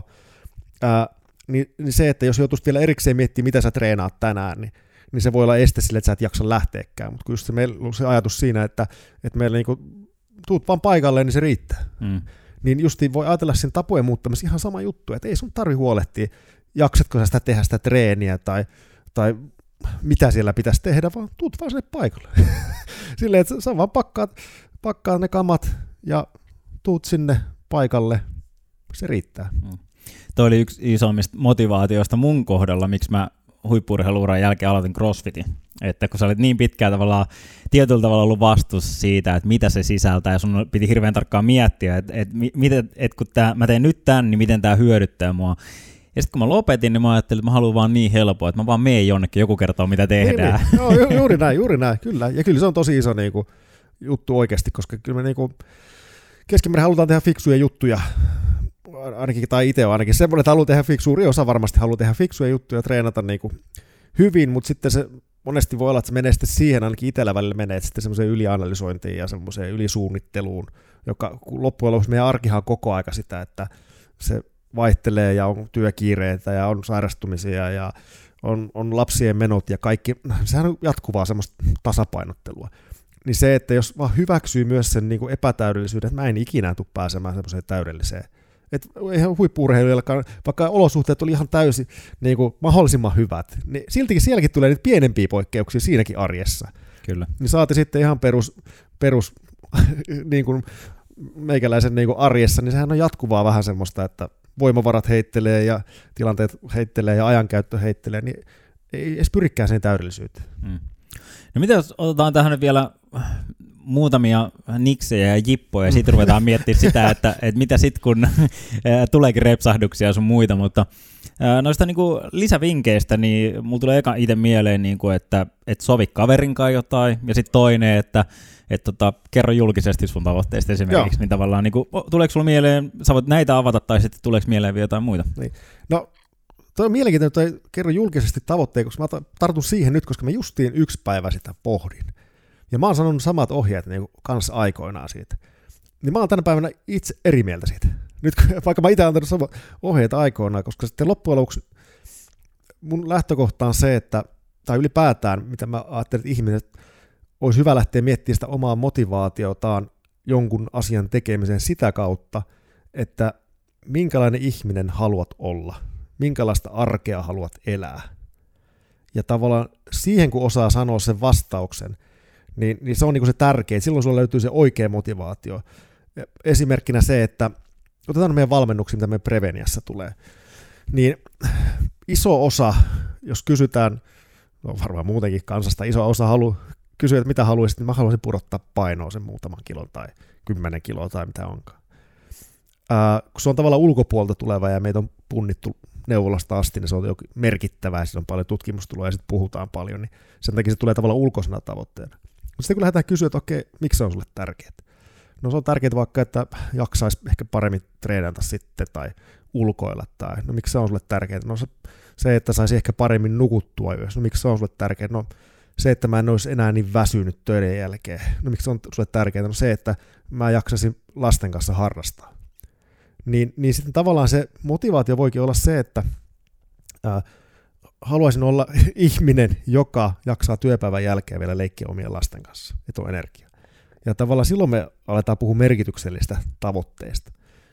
ää, niin, niin se, että jos joutuisit vielä erikseen miettimään, mitä sä treenaat tänään, niin, niin se voi olla este sille, että sä et jaksa lähteäkään. Mutta kun just se, meillä on se ajatus siinä, että, että meillä niinku, tuut vaan paikalle, niin se riittää. Mm. Niin justiin voi ajatella sen tapojen muuttamassa ihan sama juttu, että ei sun tarvi huolehtia, jaksatko sä sitä tehdä sitä treeniä tai, tai mitä siellä pitäisi tehdä, vaan tuut vaan sinne paikalle. Silleen, että sä vaan pakkaat, pakkaat ne kamat ja tuut sinne paikalle, se riittää. Mm. Toi oli yksi isommista motivaatioista mun kohdalla, miksi mä huippu-urheiluuran jälkeen aloitin CrossFitin. Että kun sä olit niin pitkään tavallaan tietyllä tavalla ollut vastuussa siitä, että mitä se sisältää, ja sun piti hirveän tarkkaan miettiä, että, että, miten, että kun tää, mä teen nyt tämän, niin miten tämä hyödyttää mua. Ja sitten kun mä lopetin, niin mä ajattelin, että mä haluan vaan niin helpoa, että mä vaan meen jonnekin, joku kertoo mitä tehdään. Niin, niin. Joo, juuri näin, juuri näin, kyllä. Ja kyllä se on tosi iso niin kuin, juttu oikeasti, koska kyllä me niin kuin, keskimäärin halutaan tehdä fiksuja juttuja, ainakin, tai itse on ainakin semmoinen, että haluaa tehdä fiksuja, suuri osa varmasti haluaa tehdä fiksuja juttuja ja treenata niin kuin hyvin, mutta sitten se monesti voi olla, että se menee sitten siihen, ainakin itsellä välillä menee, että sitten semmoiseen ylianalysointiin ja semmoiseen ylisuunnitteluun, joka loppujen lopuksi meidän arkihan on koko aika sitä, että se vaihtelee ja on työkiireitä ja on sairastumisia ja on, on lapsien menot ja kaikki, sehän on jatkuvaa semmoista tasapainottelua. Niin se, että jos vaan hyväksyy myös sen niin kuin epätäydellisyyden, että mä en ikinä tule pääsemään semmoiseen täydelliseen. Että eihän huippu-urheilijoillakaan, vaikka olosuhteet oli ihan täysin niin kuin mahdollisimman hyvät, niin siltikin sielläkin tulee niitä pienempiä poikkeuksia siinäkin arjessa. Kyllä. Niin saati sitten ihan perus, perus niin kuin meikäläisen niin kuin arjessa, niin sehän on jatkuvaa vähän semmoista, että voimavarat heittelee ja tilanteet heittelee ja ajankäyttö heittelee, niin ei edes pyrikään sen täydellisyyteen. Mm. No mitä jos otetaan tähän nyt vielä muutamia niksejä ja jippoja ja sitten ruvetaan miettimään sitä, että, että mitä sitten kun tuleekin repsahduksia ja sun muita, mutta noista niinku lisävinkkeistä, niin mulla tulee eka itse mieleen, niinku, että et sovi kaverinkaan jotain ja sitten toinen, että et tota, kerro julkisesti sun tavoitteista esimerkiksi, niin tavallaan niinku, tuleeko sulla mieleen, sä voit näitä avata tai sitten tuleeko mieleen vielä jotain muita? Niin. No toi on mielenkiintoinen, että kerro julkisesti tavoitteita, koska mä tartun siihen nyt, koska mä justiin yksi päivä sitä pohdin. Ja mä oon sanonut samat ohjeet niin kanssa aikoinaan siitä. Niin mä oon tänä päivänä itse eri mieltä siitä. Nyt vaikka mä itse oon antanut samat ohjeet aikoinaan, koska sitten loppujen lopuksi mun lähtökohta on se, että, tai ylipäätään, mitä mä ajattelin, että ihmiset olisi hyvä lähteä miettimään sitä omaa motivaatiotaan jonkun asian tekemiseen sitä kautta, että minkälainen ihminen haluat olla, minkälaista arkea haluat elää. Ja tavallaan siihen, kun osaa sanoa sen vastauksen, niin, niin se on niin kuin se tärkein. Silloin sulla löytyy se oikea motivaatio. Ja esimerkkinä se, että otetaan meidän valmennuksia, mitä meidän Preveniassa tulee, niin iso osa, jos kysytään, no varmaan muutenkin kansasta, iso osa haluaa kysyä, että mitä haluaisit, niin mä haluaisin pudottaa painoa sen muutaman kilon tai kymmenen kiloa tai mitä onkaan. Ää, kun se on tavallaan ulkopuolta tuleva ja meitä on punnittu neuvolasta asti, niin se on jokin merkittävää ja siinä on paljon tutkimustuloja ja sitten puhutaan paljon, niin sen takia se tulee tavallaan ulkoisena tavoitteena. Mutta sitten kun lähdetään kysyä, että okei, miksi se on sulle tärkeää? No se on tärkeää vaikka, että jaksaisi ehkä paremmin treenata sitten tai ulkoilla tai no miksi se on sulle tärkeää? No se, se että saisi ehkä paremmin nukuttua yössä. No miksi se on sulle tärkeää? No se, että mä en olisi enää niin väsynyt töiden jälkeen. No miksi se on sulle tärkeää? No se, että mä jaksaisin lasten kanssa harrastaa. Niin, niin sitten tavallaan se motivaatio voikin olla se, että ää, haluaisin olla ihminen, joka jaksaa työpäivän jälkeen vielä leikkiä omien lasten kanssa, että on energia. Ja tavallaan silloin me aletaan puhua merkityksellistä tavoitteista.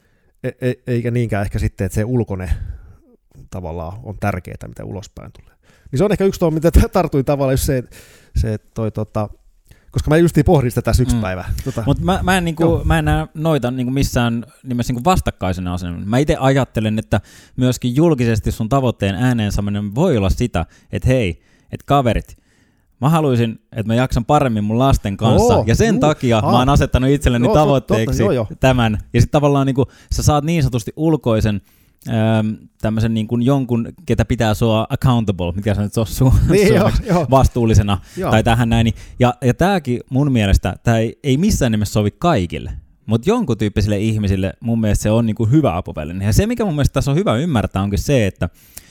E- e- eikä niinkään ehkä sitten, että se ulkoinen tavallaan on tärkeää, mitä ulospäin tulee. Niin se on ehkä yksi tuo, mitä tartuin tavallaan, jos se, se toi, tota, koska mä justiin pohdin sitä tässä yksi mm. päivä. Tota. Mutta mä, mä, niinku, mä en näe noita niinku missään nimessä niinku vastakkaisena asemana. Mä itse ajattelen, että myöskin julkisesti sun tavoitteen ääneen saaminen voi olla sitä, että hei, että kaverit, mä haluaisin, että mä jaksan paremmin mun lasten kanssa, oh, ja sen uh, takia ah. mä oon asettanut itselleni joo, tavoitteeksi totta, joo, joo. tämän. Ja sitten tavallaan niinku, sä saat niin sanotusti ulkoisen Ähm, tämmöisen niin kuin jonkun, ketä pitää sua accountable, mikä se nyt on su- niin, jo, jo. vastuullisena, jo. tai tähän näin. Ja, ja tämäkin mun mielestä, tämä ei, ei missään nimessä sovi kaikille, mutta jonkun tyyppisille ihmisille mun mielestä se on niin kuin hyvä apuväline. Ja se, mikä mun mielestä tässä on hyvä ymmärtää, onkin se, että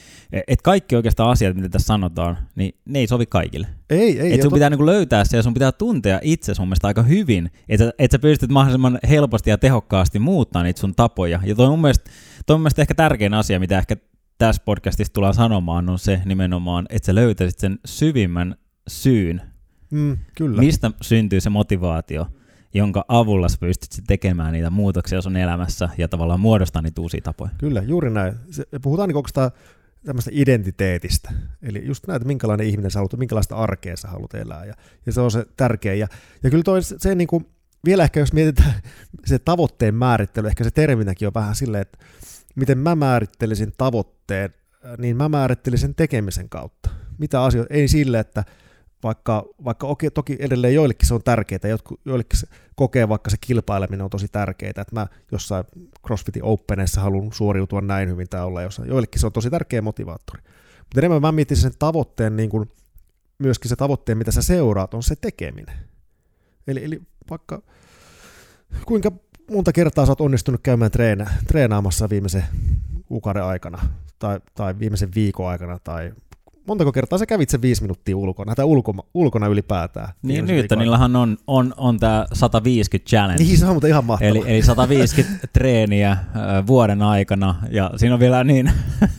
et kaikki oikeastaan asiat, mitä tässä sanotaan, niin ne ei sovi kaikille. Ei, ei. Et sun pitää niinku löytää se ja sun pitää tuntea itse sun mielestä aika hyvin, että et sä pystyt mahdollisimman helposti ja tehokkaasti muuttaa niitä sun tapoja. Ja toi mun mielestä, toi mun mielestä ehkä tärkein asia, mitä ehkä tässä podcastissa tullaan sanomaan, on se nimenomaan, että sä löytäisit sen syvimmän syyn, mm, kyllä. mistä syntyy se motivaatio, jonka avulla sä pystyt tekemään niitä muutoksia sun elämässä ja tavallaan muodostaa niitä uusia tapoja. Kyllä, juuri näin. Se, puhutaan niin oikeastaan tämmöistä identiteetistä. Eli just näitä, minkälainen ihminen sä haluat, minkälaista arkea sä haluat elää. Ja, ja se on se tärkeä. Ja, ja kyllä toi, se niin kuin, vielä ehkä jos mietitään se tavoitteen määrittely, ehkä se terminäkin on vähän silleen, että miten mä määrittelisin tavoitteen, niin mä määrittelisin tekemisen kautta. Mitä asioita, ei sille, että vaikka, vaikka okei, toki edelleen joillekin se on tärkeää, joillekin se kokee vaikka se kilpaileminen on tosi tärkeää, että mä jossain CrossFitin Openissa haluan suoriutua näin hyvin tai olla jossain, joillekin se on tosi tärkeä motivaattori. Mutta enemmän mä mietin sen tavoitteen, niin kuin myöskin se tavoitteen, mitä sä seuraat, on se tekeminen. Eli, eli vaikka kuinka monta kertaa sä oot onnistunut käymään treena, treenaamassa viimeisen kuukauden aikana tai, tai viimeisen viikon aikana tai montako kertaa sä kävit sen viisi minuuttia ulkona, tai ulkona, ulkona ylipäätään? Niin Newtonillahan on, on, on tämä sata viisikymmentä challenge. Niin, se on muuten ihan mahtavaa. Eli, eli sata viisikymmentä treeniä äh, vuoden aikana, ja siinä on vielä niin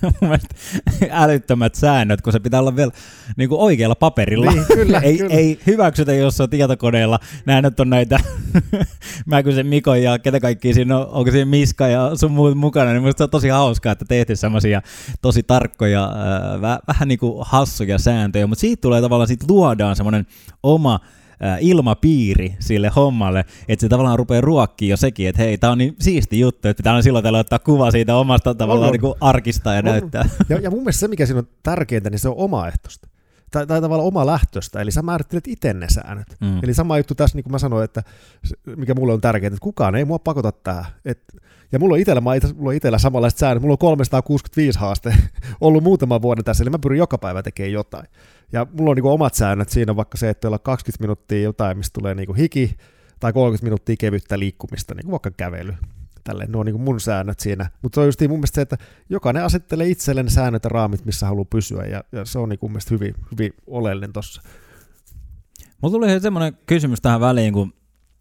älyttömät säännöt, kun se pitää olla vielä niin kuin oikealla paperilla. Niin, kyllä, ei, kyllä. ei hyväksytä jossain tietokoneella. Nämä nyt on näitä, mä kysyn Mikon ja ketä kaikkia siinä on, onko siinä Miska ja sun muut mukana, niin musta on tosi hauskaa, että tehty semmoisia tosi tarkkoja, äh, väh, vähän niin kuin hassuja sääntöjä, mutta siitä tulee tavallaan, siitä luodaan semmoinen oma äh, ilmapiiri sille hommalle, että se tavallaan rupeaa ruokkiin jo sekin, että hei, tää on niin siisti juttu, että pitää silloin tällä ottaa kuva siitä omasta tavallaan niin kuin arkista ja on. Näyttää. Ja, ja mun mielestä se, mikä siinä on tärkeintä, niin se on omaehtoista. Tai, tai tavallaan oma lähtöstä, eli sä määrittelet itse ne säännöt. Mm. Eli sama juttu tässä, niin kuin mä sanoin, että mikä mulle on tärkeää, että kukaan ei mua pakota tähän. Et, ja mulla on itsellä, mä ite, mulla on itsellä samanlaiset säännöt, mulla on kolmesataakuusikymmentäviisi haaste ollut muutaman vuoden tässä, eli mä pyrin joka päivä tekemään jotain. Ja mulla on niin kuin omat säännöt siinä, vaikka se, että olla kaksikymmentä minuuttia jotain, mistä tulee niin kuin hiki, tai kolmekymmentä minuuttia kevyttä liikkumista, niin kuin vaikka kävely. Tälleen, ne on niin kuin mun säännöt siinä. Mutta se on just mun mielestä se, että jokainen asettelee itselleen ne säännöt ja raamit, missä haluaa pysyä, ja, ja se on niin kuin mun mielestä hyvin, hyvin oleellinen tossa. Mulla tuli semmoinen kysymys tähän väliin, kun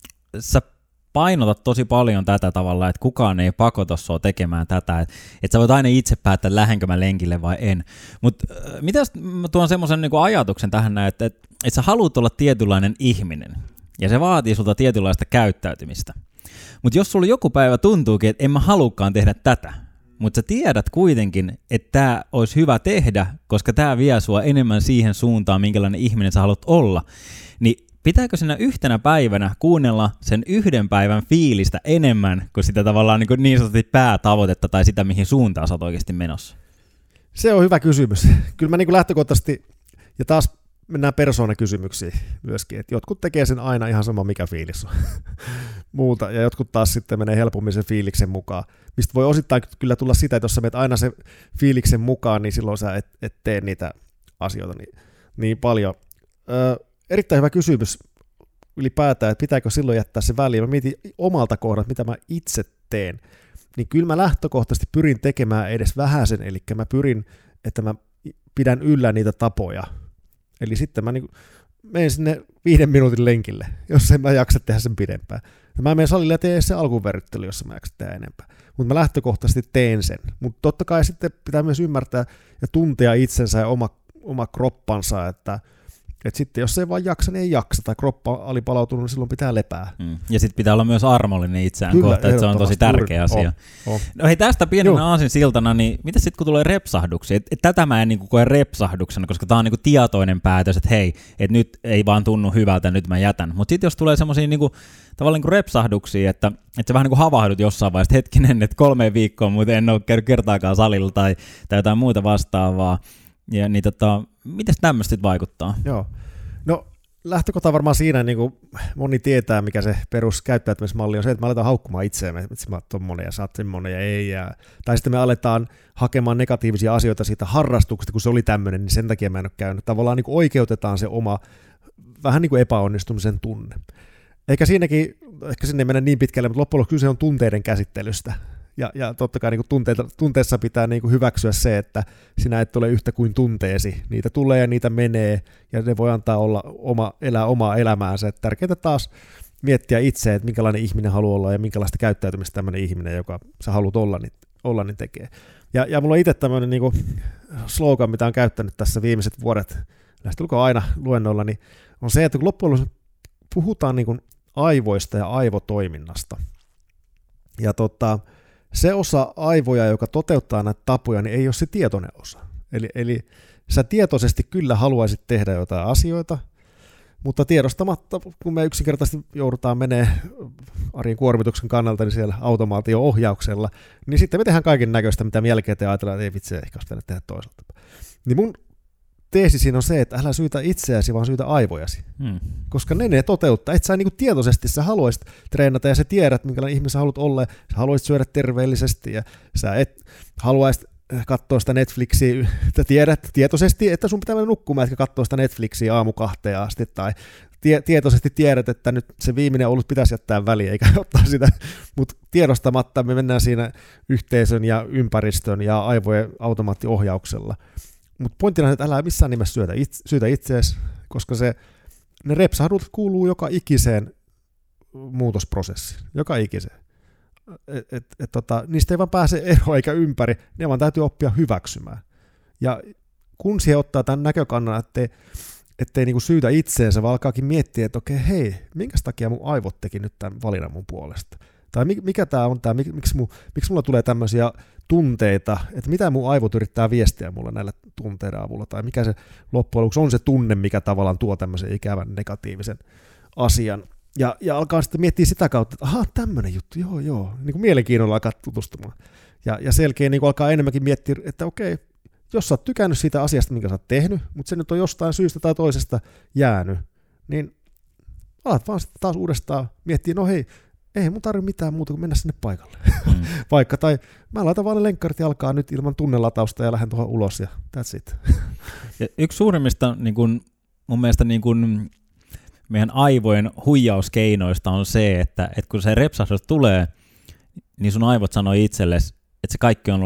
sä painotat tosi paljon tätä tavalla, että kukaan ei pakota sua tekemään tätä, että, että sä voit aina itse päättää, lähdenkö mä lenkille vai en. Mutta äh, mitäs mä tuon semmoisen niin kuin ajatuksen tähän näin, että, että, että sä haluat olla tietynlainen ihminen, ja se vaatii sulta tietynlaista käyttäytymistä. Mutta jos sulla joku päivä tuntuukin, että en mä halukaan tehdä tätä, mutta sä tiedät kuitenkin, että tämä olisi hyvä tehdä, koska tämä vie sua enemmän siihen suuntaan, minkälainen ihminen sä haluat olla, niin pitääkö sinä yhtenä päivänä kuunnella sen yhden päivän fiilistä enemmän kuin sitä tavallaan niin, niin sanotusti päätavoitetta tai sitä, mihin suuntaan sä oot oikeasti menossa? Se on hyvä kysymys. Kyllä mä niin kuin lähtökohtaisesti, ja taas mennään persoonakysymyksiin myöskin, että jotkut tekee sen aina ihan sama mikä fiilis on muuta, ja jotkut taas sitten menee helpommin sen fiiliksen mukaan, mistä voi osittain kyllä tulla sitä, että jos sä menet aina sen fiiliksen mukaan, niin silloin sä et, et tee niitä asioita niin, niin paljon. Öö, erittäin hyvä kysymys ylipäätään, että pitääkö silloin jättää se väliin. Mä mietin omalta kohdalta, mitä mä itse teen, niin kyllä mä lähtökohtaisesti pyrin tekemään edes vähäsen, eli mä pyrin, että mä pidän yllä niitä tapoja. Eli sitten mä niin menen sinne viiden minuutin lenkille, jos en mä jaksa tehdä sen pidempään. Ja mä menen salille ja teen se alkuverryttely, jos mä jaksa tehdä enempää. Mutta mä lähtökohtaisesti teen sen. Mutta totta kai sitten pitää myös ymmärtää ja tuntea itsensä ja oma, oma kroppansa, että et sitten jos ei vaan jaksa, niin ei jaksa, tai kroppa on alipalautunut, niin silloin pitää lepää. Mm. Ja sitten pitää olla myös armollinen itseään Kyllä, kohta, että se on tosi tärkeä asia. Oh, oh. No hei, tästä pienenä aasinsiltana, niin mitä sitten kun tulee repsahduksia? Et, et tätä mä en niinku koe repsahduksena, koska tää on niinku tietoinen päätös, että hei, että nyt ei vaan tunnu hyvältä, nyt mä jätän. Mutta sitten jos tulee semmoisia niinku, tavallaan niinku repsahduksia, että, että sä vähän niinku havahdut jossain vaiheessa, hetkinen, että kolme viikkoa, mutta en ole käynyt kertaakaan salilla tai, tai jotain muuta vastaavaa. Ja niin tota, miten tämmöistä vaikuttaa? Joo. No lähtökohta varmaan siinä, niin kuin moni tietää, mikä se peruskäyttäytymismalli on se, että me aletaan haukkumaan itseämme, että mä oon tommonen ja sä oot semmonen ja ei. Ja, tai sitten me aletaan hakemaan negatiivisia asioita siitä harrastuksesta, kun se oli tämmöinen, niin sen takia mä en ole käynyt. Tavallaan niin kuin oikeutetaan se oma vähän niin kuin epäonnistumisen tunne. Eikä siinäkin, ehkä sinne ei mennä niin pitkälle, mutta loppujen lopuksi kyse on tunteiden käsittelystä. Ja, ja totta kai niin tunteita, tunteessa pitää niin kuin hyväksyä se, että sinä et ole yhtä kuin tunteesi. Niitä tulee ja niitä menee, ja ne voi antaa olla oma, elää omaa elämäänsä. Et tärkeää taas miettiä itse, että minkälainen ihminen haluaa olla ja minkälaista käyttäytymistä tämmöinen ihminen, joka sä haluat olla, niin, olla, niin tekee. Ja, ja mulla on itse tämmöinen niin kuin slogan, mitä on käyttänyt tässä viimeiset vuodet, lähestulkoon aina luennoilla, niin on se, että kun loppujen lopuksi puhutaan niin kuin aivoista ja aivotoiminnasta, ja tota, se osa aivoja, joka toteuttaa näitä tapoja, niin ei ole se tietoinen osa. Eli, eli sä tietoisesti kyllä haluaisit tehdä jotain asioita, mutta tiedostamatta, kun me yksinkertaisesti joudutaan menemään arjen kuormituksen kannalta, niin siellä automaatio-ohjauksella, niin sitten me tehdään kaiken näköistä, mitä me jälkeen ajatellaan, että ei vitsi, ehkä olisi pitänyt tehdä toisaalta. Niin mun teesi siinä on se, että älä syytä itseäsi, vaan syytä aivojasi. Hmm. Koska ne ne toteuttaa. Et sä niin kuin tietoisesti sä haluaisit treenata ja sä tiedät, minkälainen ihminen sä haluat olla. Sä haluaisit syödä terveellisesti ja sä et haluaisit katsoa sitä Netflixiä. Sä tiedät tietoisesti, että sun pitää mennä nukkumaan, etkä katsoa sitä Netflixiä aamu kahteen asti. Tai tie- tietoisesti tiedät, että nyt se viimeinen olut pitäisi jättää väliin, eikä ottaa sitä. Mutta tiedostamatta me mennään siinä yhteisön ja ympäristön ja aivojen automaattiohjauksella. Mutta pointtina on, että älä missään nimessä syytä, itse, syytä itseäsi, koska se, ne repsahdut kuuluu joka ikiseen muutosprosessiin, joka ikiseen. Et, et, et, tota, niistä ei vaan pääse eroon eikä ympäri, ne vaan täytyy oppia hyväksymään. Ja kun siihen ottaa tämän näkökannan, ettei, ettei niinku syytä itseensä, vaan alkaakin miettiä, että okei, hei, minkä takia mun aivot teki nyt tämän valinnan mun puolesta? Tai mikä tämä on tämä, miksi, mu, miksi mulla tulee tämmöisiä tunteita, että mitä mun aivot yrittää viestiä mulle näillä tunteiden avulla, tai mikä se loppujen lopuksi on se tunne, mikä tavallaan tuo tämmöisen ikävän negatiivisen asian. Ja, ja alkaa sitten miettiä sitä kautta, että aha, tämmöinen juttu, joo, joo, niin kuin mielenkiinnolla alkaa tutustumaan. Ja, ja selkeä niin kuin alkaa enemmänkin miettiä, että okei, jos sä oot tykännyt siitä asiasta, minkä sä oot tehnyt, mutta se nyt on jostain syystä tai toisesta jäänyt, niin alat vaan sitten taas uudestaan miettiä, no hei, ei mun tarvitse mitään muuta kuin mennä sinne paikalle. Mm. Vaikka, tai mä laitan vaan ne lenkkarit jalkaan nyt ilman tunnelatausta ja lähden tuohon ulos ja that's it. Ja yksi suurimmista niin kun, mun mielestä niin kun meidän aivojen huijauskeinoista on se, että, että kun se repsahdus tulee, niin sun aivot sanoo itsellesi, että se kaikki on ollut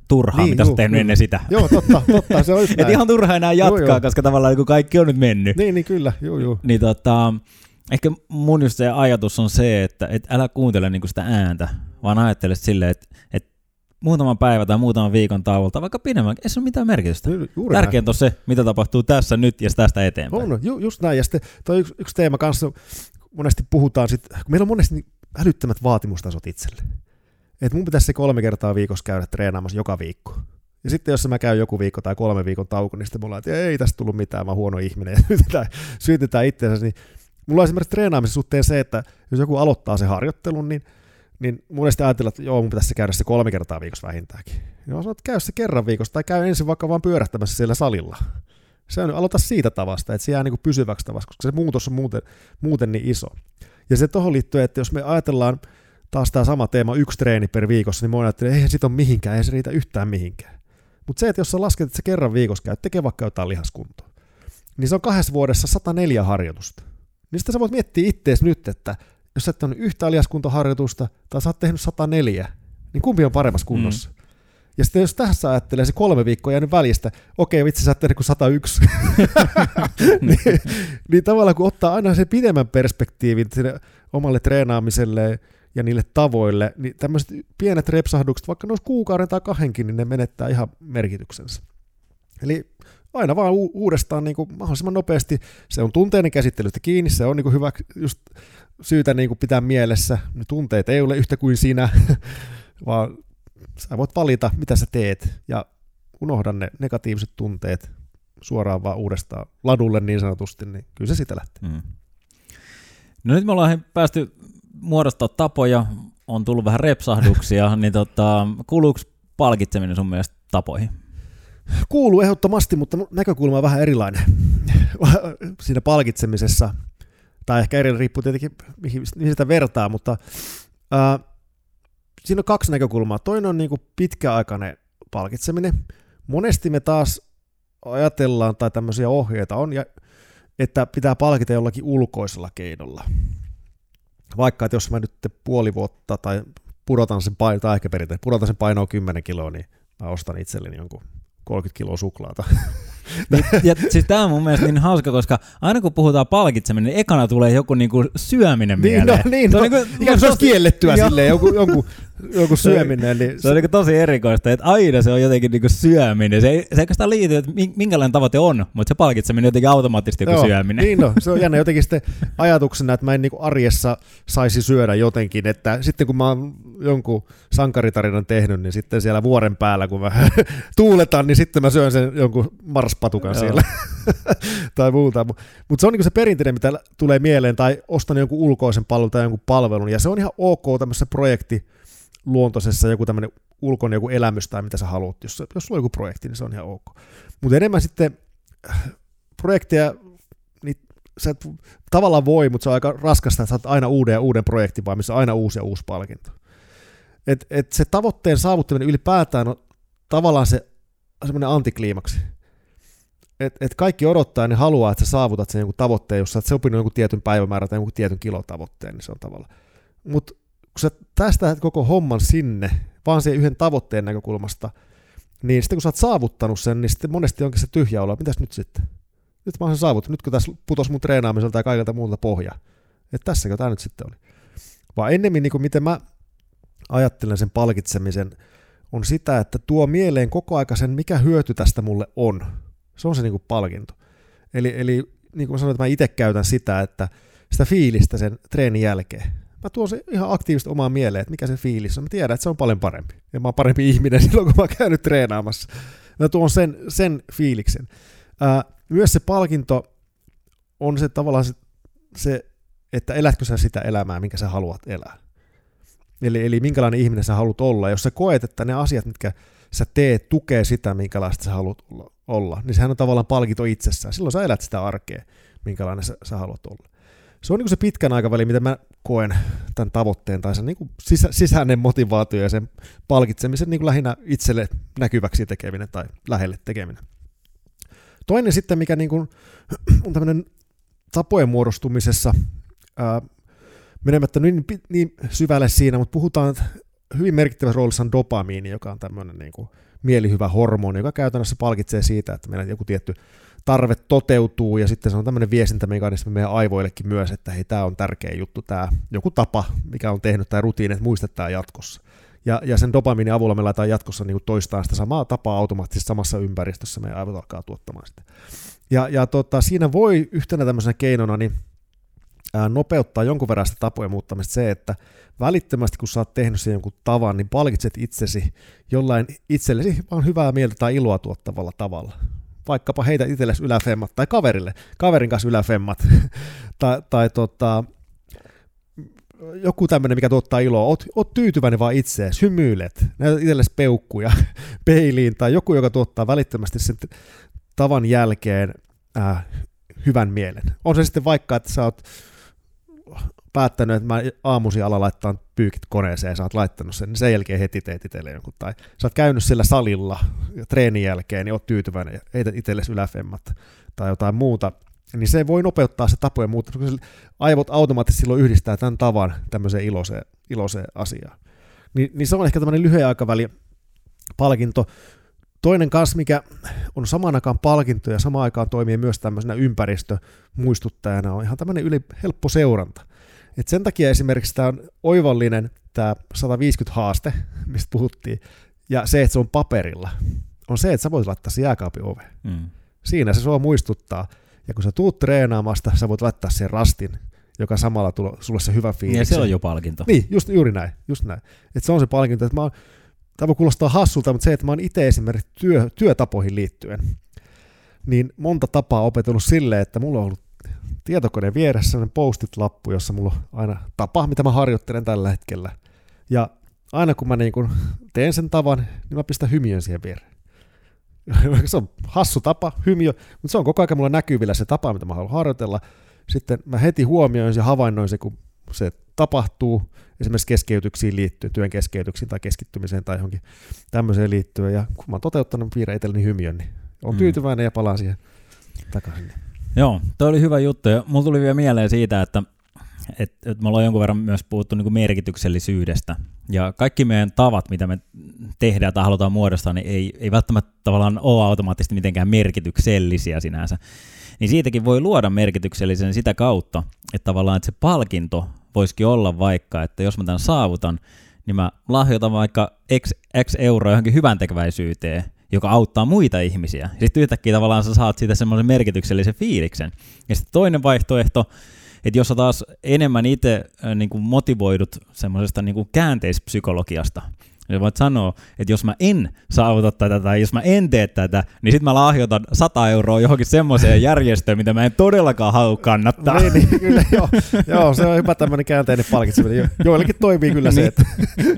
turhaa, niin, mitä sä oot tehnyt ennen sitä. Joo, totta, totta, se on just Et ihan turhaa enää jatkaa, joo, joo. koska tavallaan kun kaikki on nyt mennyt. Niin, niin kyllä, joo, joo. Niin tota, ehkä mun just se ajatus on se, että et älä kuuntele niinku sitä ääntä, vaan ajattele silleen, että et muutaman päivän tai muutaman viikon tauolta, vaikka pidemmän, ei se ole mitään merkitystä. Tärkeintä on se, mitä tapahtuu tässä nyt ja tästä eteenpäin. On, ju, just näin. Ja sitten toi yksi, yksi teema kanssa, monesti puhutaan, sit, kun meillä on monesti niin älyttömät vaatimustasot itselle. Että mun pitäisi se kolme kertaa viikossa käydä treenaamassa joka viikko. Ja sitten jos mä käyn joku viikko tai kolme viikon tauko, niin sitten mulla on, että ei tästä tullut mitään, mä oon huono ihminen ja syytetään, syytetään itseänsä. Niin mulla on esimerkiksi treenaamisen suhteen se, että jos joku aloittaa se harjoittelun, niin niin monesti ajatellaan, että joo, mun pitäisi käydä se kolme kertaa viikossa vähintäänkin. Ja mä sanon, että käy se kerran viikossa, tai käy ensin vaikka vaan pyörähtämässä siellä salilla. Se on, aloita siitä tavasta, että se jää niin kuin pysyväksi tavasta, koska se muutos on muuten, muuten niin iso. Ja se tohon liittyy, että jos me ajatellaan taas tämä sama teema, yksi treeni per viikossa, niin mä ajattelen, että eihän siitä ole mihinkään, eihän se riitä yhtään mihinkään. Mutta se, että jos sä lasket, että se kerran viikossa käy, tekee vaikka jotain lihaskuntoa, niin se on kahdessa vuodessa sata neljä harjoitusta. Niin sitten sä voit miettiä ittees nyt, että jos sä et ole yhtään lihaskuntoharjoitusta, tai sä oot tehnyt sata neljä, niin kumpi on paremmassa kunnossa? Mm. Ja sitten jos tässä ajattelee, se kolme viikkoa jäänyt välistä, okei, vitsi, sä oot tehnyt kuin sata yksi. niin, niin tavallaan kun ottaa aina sen pidemmän perspektiivin sille omalle treenaamiselle ja niille tavoille, niin tämmöiset pienet repsahdukset, vaikka ne olisi kuukauden tai kahdenkin, niin ne menettää ihan merkityksensä. Eli aina vaan u- uudestaan niin kuin mahdollisimman nopeasti, se on tunteiden käsittelystä kiinni, se on niin kuin hyvä just syytä niin kuin pitää mielessä, ne tunteet ei ole yhtä kuin sinä, vaan sä voit valita, mitä sä teet, ja unohda ne negatiiviset tunteet suoraan vaan uudestaan ladulle niin sanotusti, niin kyllä se sitä lähtee. Mm. No nyt me ollaan päästy muodostaa tapoja, on tullut vähän repsahduksia, niin tota, kuuluuko palkitseminen sun mielestä tapoihin? Kuuluu ehdottomasti, mutta näkökulma on vähän erilainen siinä palkitsemisessa, tai ehkä eri riippuu tietenkin, mihin, mihin sitä vertaa, mutta ää, siinä on kaksi näkökulmaa. Toinen on niin kuin pitkäaikainen palkitseminen. Monesti me taas ajatellaan, tai tämmöisiä ohjeita on, että pitää palkita jollakin ulkoisella keinolla. Vaikka, että jos mä nyt puoli vuotta tai pudotan sen painoa, tai ehkä perinteisesti pudotan sen painoa kymmenen kiloa, niin mä ostan itselleni jonkun kolmekymmentä kiloa suklaata. Ja, ja siis tämä on mun mielestä niin hauska, koska aina kun puhutaan palkitseminen, niin ekana tulee joku niinku syöminen niin, mieleen. No, niin, se on no, niinku, ikään kuin se olisi kiellettyä silleen, joku, joku, joku syöminen. Niin se on niinku tosi erikoista, että aina se on jotenkin niinku syöminen. Se ei, se ei oikeastaan liity, että minkälainen tavoite on, mutta se palkitseminen on jotenkin automaattisesti joku Joo, syöminen. Niin no, se on jännä jotenkin sitten ajatuksena, että mä en niinku arjessa saisi syödä jotenkin, että sitten kun mä oon jonkun sankaritarinan tehnyt, niin sitten siellä vuoren päällä, kun mä tuuletan, niin sitten mä syön sen jonkun marspatukan Joo. siellä tai muuta. Mutta se on niinku se perinteinen, mitä tulee mieleen, tai ostan jonkun ulkoisen palvelun tai jonkun palvelun, ja se on ihan ok tämmöisessä projektiluontoisessa joku tämmöinen ulkoinen joku elämys tai mitä sä haluat. Jos, jos sulla on joku projekti, niin se on ihan ok. Mutta enemmän sitten projekteja, niin sä et tavallaan voi, mutta se on aika raskasta, että sä oot aina uuden ja uuden projektin, vaan missä on aina uusi ja uusi palkinto. Et, et se tavoitteen saavuttaminen ylipäätään on tavallaan se semmoinen antikliimaksi. Et, et kaikki odottaa ja ne haluaa, että sä saavutat sen jonkun tavoitteen, jos sä oot sopinut jonkun tietyn päivämäärän tai jonkun tietyn kilotavoitteen, niin se on tavallaan. Mutta kun sä tästä koko homman sinne, vaan sen yhden tavoitteen näkökulmasta, niin sitten kun sä oot saavuttanut sen, niin sitten monesti onkin se tyhjä olo, mitäs nyt sitten? Nyt mä oon sen saavuttanut, nyt kun tässä putosi mun treenaamiselta ja kaikilta muulta pohja. Että tässäkö tää nyt sitten oli? Vaan ennemmin niin kuin miten mä ajattelen sen palkitsemisen, on sitä, että tuo mieleen koko aika sen, mikä hyöty tästä mulle on. Se on se niin kuin palkinto. Eli, eli niin kuin mä sanoin, että mä itse käytän sitä, että sitä fiilistä sen treenin jälkeen. Mä tuon se ihan aktiivisesti omaan mieleen, että mikä se fiilis on. Mä tiedän, että se on paljon parempi. Ja mä oon parempi ihminen silloin, kun mä oon käynyt treenaamassa. Mä tuon sen, sen fiiliksen. Ää, myös se palkinto on se tavallaan se, se, että elätkö sä sitä elämää, minkä sä haluat elää. Eli, eli minkälainen ihminen sä haluat olla. Jos sä koet, että ne asiat, mitkä sä teet, tukee sitä, minkälaista sä haluat olla, niin sehän on tavallaan palkinto itsessään. Silloin sä elät sitä arkea, minkälainen sä, sä haluat olla. Se on niin kuin se pitkän aikaväli, mitä mä koen tämän tavoitteen, tai se niin kuin sisä, sisäinen motivaatio ja sen palkitsemisen niin kuin lähinnä itselle näkyväksi tekeminen tai lähelle tekeminen. Toinen sitten, mikä niin kuin on tämmöinen tapojen muodostumisessa, ää, menemättä niin, niin syvälle siinä, mutta puhutaan hyvin merkittävässä roolissa on dopamiini, joka on tämmöinen niin kuin mielihyvä hormoni, joka käytännössä palkitsee siitä, että meidän joku tietty tarve toteutuu, ja sitten se on tämmöinen viestintämekanismi meidän aivoillekin myös, että hei, tämä on tärkeä juttu, tämä joku tapa, mikä on tehnyt, tai rutiini, että muistetaan jatkossa. Ja, ja sen dopamiinin avulla me laitetaan jatkossa niin kuin toistaan sitä samaa tapaa automaattisesti samassa ympäristössä, meidän aivot alkaa tuottamaan sitä. Ja, ja tota, siinä voi yhtenä tämmöisenä keinona niin, ää, nopeuttaa jonkun verran sitä tapojen muuttamista se, että välittömästi kun sä oot tehnyt sen jonkun tavan, niin palkitset itsesi jollain itsellesi vaan hyvää mieltä tai iloa tuottavalla tavalla. Vaikkapa heitä itsellesi yläfemmat, tai kaverille, kaverin kanssa yläfemmat, tai, tai tota, joku tämmöinen, mikä tuottaa iloa, oot, oot tyytyväinen vaan itseesi, hymyilet, näytät itsellesi peukkuja peiliin, tai joku, joka tuottaa välittömästi sen tavan jälkeen äh, hyvän mielen. On se sitten vaikka, että sä oot päättänyt, että mä aamuisin ala laittaa pyykit koneeseen ja sä oot laittanut sen, niin sen jälkeen heti teet itselle jonkun. Tai sä oot käynyt sillä salilla treenin jälkeen, niin oot tyytyväinen ja heität itsellesi yläfemmat tai jotain muuta. Niin se voi nopeuttaa se tapojen muuttamista, koska aivot automaattisesti silloin yhdistää tämän tavan tämmöiseen iloiseen, iloiseen asiaan. Ni, niin se on ehkä tämmöinen lyhyen aikavälin palkinto. Toinen kanssa, mikä on samaan aikaan palkinto ja samaan aikaan toimii myös tämmöisenä ympäristömuistuttajana, on ihan tämmöinen yli helppo seuranta. Et sen takia esimerkiksi tämä on oivallinen tämä sata viisikymmentä haaste, mistä puhuttiin, ja se, että se on paperilla, on se, että sä voit laittaa se jääkaapin oveen. Mm. Siinä se sua muistuttaa, ja kun sä tuut treenaamasta, sä voit laittaa sen rastin, joka samalla tulo sulle se hyvä fiilis. Ja se on jo palkinto. Niin, just, juuri näin. Just näin. Että se on se palkinto, että mä oon, tämä voi kuulostaa hassulta, mutta se, että mä oon itse esimerkiksi työ, työtapoihin liittyen, niin monta tapaa opetellut silleen, että mulla on ollut tietokoneen vieressä sellainen post-it-lappu, jossa mulla on aina tapa, mitä mä harjoittelen tällä hetkellä. Ja aina kun mä niin kun teen sen tavan, niin mä pistän hymiön siihen viereen. Se on hassu tapa, hymiö, mutta se on koko ajan mulla näkyvillä se tapa, mitä mä haluan harjoitella. Sitten mä heti huomioin ja havainnoin se, kun se tapahtuu, esimerkiksi keskeytyksiin liittyen, työn keskeytyksiin tai keskittymiseen tai johonkin tämmöiseen liittyen. Ja kun mä oon toteuttanut piirre itselleni hymiön, niin on mm. tyytyväinen ja palaan siihen takaisin. Joo, toi oli hyvä juttu. Ja mulla tuli vielä mieleen siitä, että, että, että me ollaan jonkun verran myös puhuttu niin kuin merkityksellisyydestä. Ja kaikki meidän tavat, mitä me tehdään tai halutaan muodostaa, niin ei, ei välttämättä tavallaan ole automaattisesti mitenkään merkityksellisiä sinänsä. Niin siitäkin voi luoda merkityksellisen sitä kautta, että tavallaan että se palkinto voisikin olla vaikka, että jos mä tämän saavutan, niin mä lahjoitan vaikka x, x euroa johonkin hyväntekeväisyyteen, joka auttaa muita ihmisiä. Sitten yhtäkkiä tavallaan sä saat siitä semmoisen merkityksellisen fiiliksen. Ja sitten toinen vaihtoehto, että jos sä taas enemmän itse äh, niin kuin motivoidut semmoisesta niin kuin käänteispsykologiasta, niin voit sanoa, että jos mä en saavuta tätä tai jos mä en tee tätä, niin sit mä lahjoitan sata euroa johonkin semmoiseen järjestöön, mitä mä en todellakaan halua kannattaa. Niin, niin kyllä, joo, joo, se on hyvä tämmöinen käänteinen palkitseminen. Jo, joillekin toimii kyllä se, että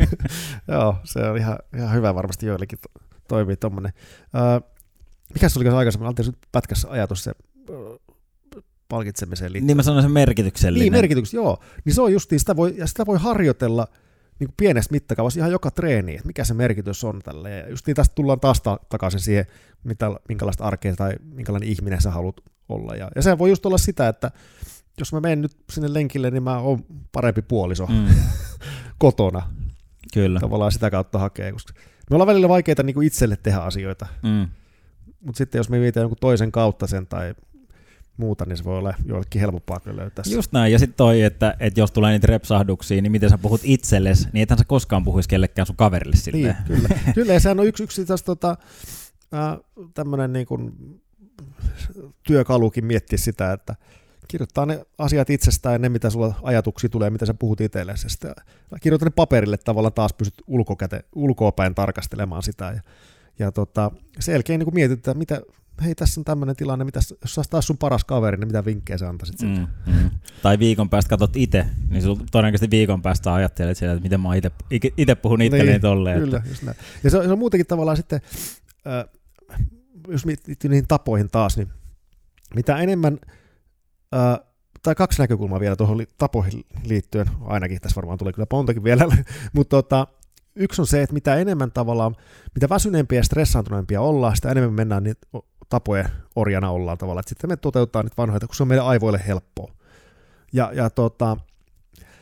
joo, se on ihan, ihan hyvä varmasti joillekin to, toimii tommonen. Uh, mikäs oli aikaisemmin, anteeksi nyt pätkässä ajatus se uh, palkitsemiseen liittyen. Niin mä sanoin se merkityksellinen. Niin, merkitys, joo. Niin se on justiin, sitä voi, ja sitä voi harjoitella niin pienessä mittakaavassa ihan joka treeni, että mikä se merkitys on tälle. Ja just niin tästä tullaan taas ta- takaisin siihen, mitä, minkälaista arkea tai minkälainen ihminen sä haluat olla. Ja, ja se voi just olla sitä, että jos mä menen nyt sinne lenkille, niin mä oon parempi puoliso mm. kotona. Kyllä. Tavallaan sitä kautta hakee. Koska me ollaan välillä vaikeita niin kuin itselle tehdä asioita. Mm. Mutta sitten jos me mietitään jonkun toisen kautta sen tai muuta, niin se voi olla joillekin helpompaa löytää. Just näin, ja sitten toi, että, että jos tulee niitä repsahduksia, niin miten sä puhut itsellesi, niin ethän sä koskaan puhuisi kellekään sun kaverille silleen. Niin, kyllä. Kyllä, ja sehän on yksi, yksi tästä, tota, äh, tämmöinen niin kuin työkalukin miettiä sitä, että kirjoittaa ne asiat itsestään ja ne, mitä sulla ajatuksia tulee, mitä sä puhut itsellesi. Ja sitten kirjoita ne paperille, tavallaan taas pystyt ulkokäte, ulkoapäin tarkastelemaan sitä. Ja, ja tota, sen jälkeen niin mietitään, mitä hei, tässä on tämmöinen tilanne, mitä, jos sä taas sun paras kaveri, niin mitä vinkkejä sä antaisit mm, mm. Tai viikon päästä katsot itse, niin sul todennäköisesti viikon päästä ajattelet siellä, että miten mä itse puhun itselleni niin, tolleen. Kyllä, että just näin. Ja se on, se on muutenkin tavallaan sitten, äh, jos miettii niihin tapoihin taas, niin mitä enemmän, äh, tai kaksi näkökulmaa vielä tuohon tapoihin liittyen, ainakin tässä varmaan tulee kyllä montakin vielä, mutta tota, yksi on se, että mitä enemmän tavallaan, mitä väsyneempiä ja stressaantuneempia ollaan, sitä enemmän mennään niitä tapojen orjana ollaan tavallaan, että sitten me toteutetaan niitä vanhoja, kun se on meidän aivoille helppoa. Ja, ja tota,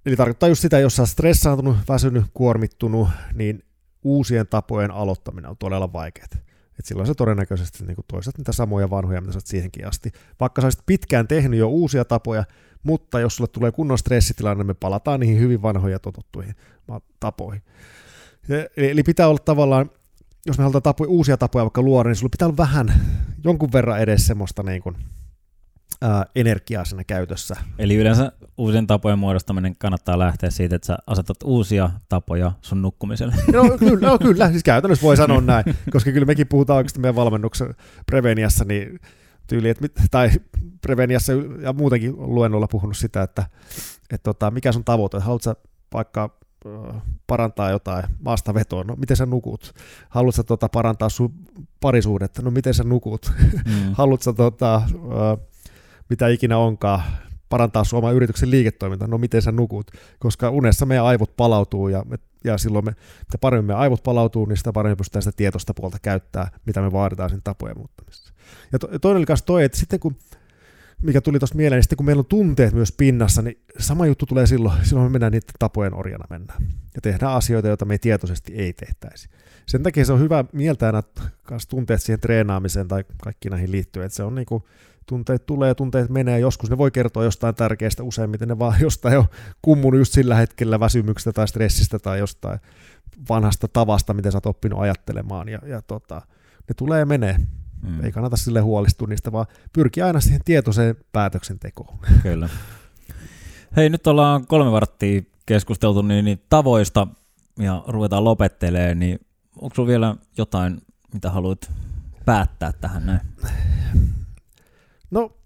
Eli tarkoittaa just sitä, jos sä oot stressaantunut, väsynyt, kuormittunut, niin uusien tapojen aloittaminen on todella vaikeaa. Et silloin sä todennäköisesti niin toistat niitä samoja vanhoja, mitä sä oot siihenkin asti. Vaikka sä olisit pitkään tehnyt jo uusia tapoja, mutta jos sulle tulee kunnon stressitilanne, me palataan niihin hyvin vanhoja totuttuihin tapoihin. Eli pitää olla tavallaan, jos me halutaan tapoja, uusia tapoja vaikka luoda, niin sulla pitää olla vähän, jonkun verran edes semmoista niin kuin, ää, energiaa siinä käytössä. Eli yleensä uusien tapojen muodostaminen kannattaa lähteä siitä, että sä asetat uusia tapoja sun nukkumiselle. No kyllä, no, kyllä. Siis käytännössä voi sanoa näin, koska kyllä mekin puhutaan oikeasti meidän valmennuksen Preveniassa, niin tyyli, että mit, tai Preveniassa ja muutenkin luennolla puhunut sitä, että, että tota, mikä sun tavoite, että haluatko sä vaikka parantaa jotain maasta vetoa, no miten sä nukut? Haluatko sä tota, parantaa sun parisuudetta, no miten sä nukut? Mm. Haluatko sä tota, mitä ikinä onkaan, parantaa sun oman yrityksen liiketoimintaa, no miten sä nukut? Koska unessa meidän aivot palautuu ja, me, ja silloin me, mitä paremmin meidän aivot palautuu, niin sitä paremmin pystytään sitä tietoista puolta käyttää, mitä me vaaditaan sen tapojen muuttamisessa. Ja to, toinen oli myös toi, että sitten kun mikä tuli tuosta mieleen, niin sitten kun meillä on tunteet myös pinnassa, niin sama juttu tulee silloin, silloin me mennään niiden tapojen orjana mennään. Ja tehdään asioita, joita me tietoisesti ei tehtäisi. Sen takia se on hyvä mieltää nämä tunteet siihen treenaamiseen tai kaikki näihin liittyen, että se on niin kuin, tunteet tulee, tunteet menee, joskus ne voi kertoa jostain tärkeästä, useimmiten ne vaan jostain on kummunut just sillä hetkellä väsymyksestä tai stressistä tai jostain vanhasta tavasta, miten sä oot oppinut ajattelemaan, ja, ja tota, ne tulee ja menee. Mm. Ei kannata sille huolestua niistä, vaan pyrkiä aina siihen tietoiseen päätöksentekoon. Kyllä. Hei, nyt ollaan kolme varttia keskusteltu niin, niin tavoista ja ruvetaan lopettelemaan, niin onko sinulla vielä jotain, mitä haluat päättää tähän näin? No,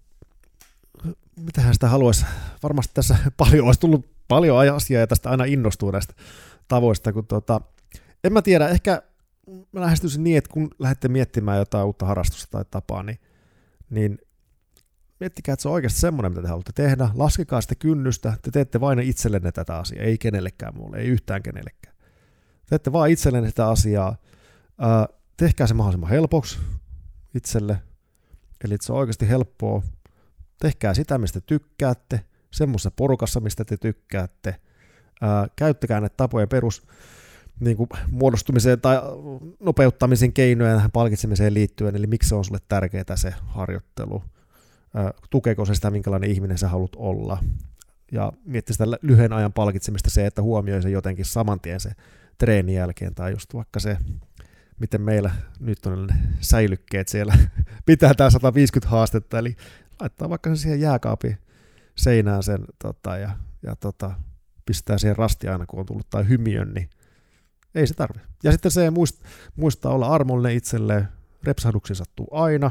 mitähän sitä haluaisi? Varmasti tässä paljon olisi tullut paljon asiaa ja tästä aina innostuu näistä tavoista, kun tota, en mä tiedä, ehkä mä lähestyisin niin, että kun lähdette miettimään jotain uutta harrastusta tai tapaa, niin, niin miettikää, että se on oikeasti semmoinen, mitä te haluatte tehdä. Laskekaa sitä kynnystä. Te teette vain itsellenne tätä asiaa, ei kenellekään muulle, ei yhtään kenellekään. Teette vaan itsellenne sitä asiaa. Ää, tehkää se mahdollisimman helpoksi itselle. Eli että se on oikeasti helppoa. Tehkää sitä, mistä tykkäätte. Semmoisessa porukassa, mistä te tykkäätte. Ää, käyttäkää näitä tapojen perus niin kuin muodostumiseen tai nopeuttamisen keinoja tähän palkitsemiseen liittyen, eli miksi se on sulle tärkeää se harjoittelu, tukeeko se sitä, minkälainen ihminen sä haluat olla, ja miettii sitä lyhyen ajan palkitsemista, se, että huomioi se jotenkin saman tien se treenin jälkeen, tai just vaikka se, miten meillä nyt on säilykkeet siellä, pitää tämä sata viisikymmentä haastetta, eli laittaa vaikka se siihen jääkaapin seinään sen, tota, ja, ja tota, pistää siihen rasti aina, kun on tullut tai hymiön, niin ei se tarvi. Ja sitten se muist, muistaa olla armollinen itselleen, repsahduksia sattuu aina,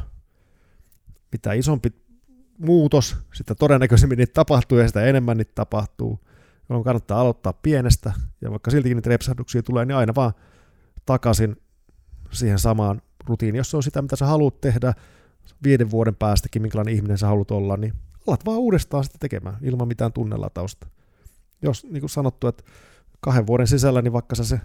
mitä isompi muutos, sitä todennäköisemmin niitä tapahtuu ja sitä enemmän niitä tapahtuu, jolloin kannattaa aloittaa pienestä, ja vaikka siltikin niitä repsahduksia tulee, niin aina vaan takaisin siihen samaan rutiiniin. Jos se on sitä, mitä sä haluat tehdä viiden vuoden päästäkin, minkälainen ihminen sä haluat olla, niin alat vaan uudestaan sitä tekemään, ilman mitään tunnelatausta. Jos niin kuin sanottu, että kahden vuoden sisällä, niin vaikka sä se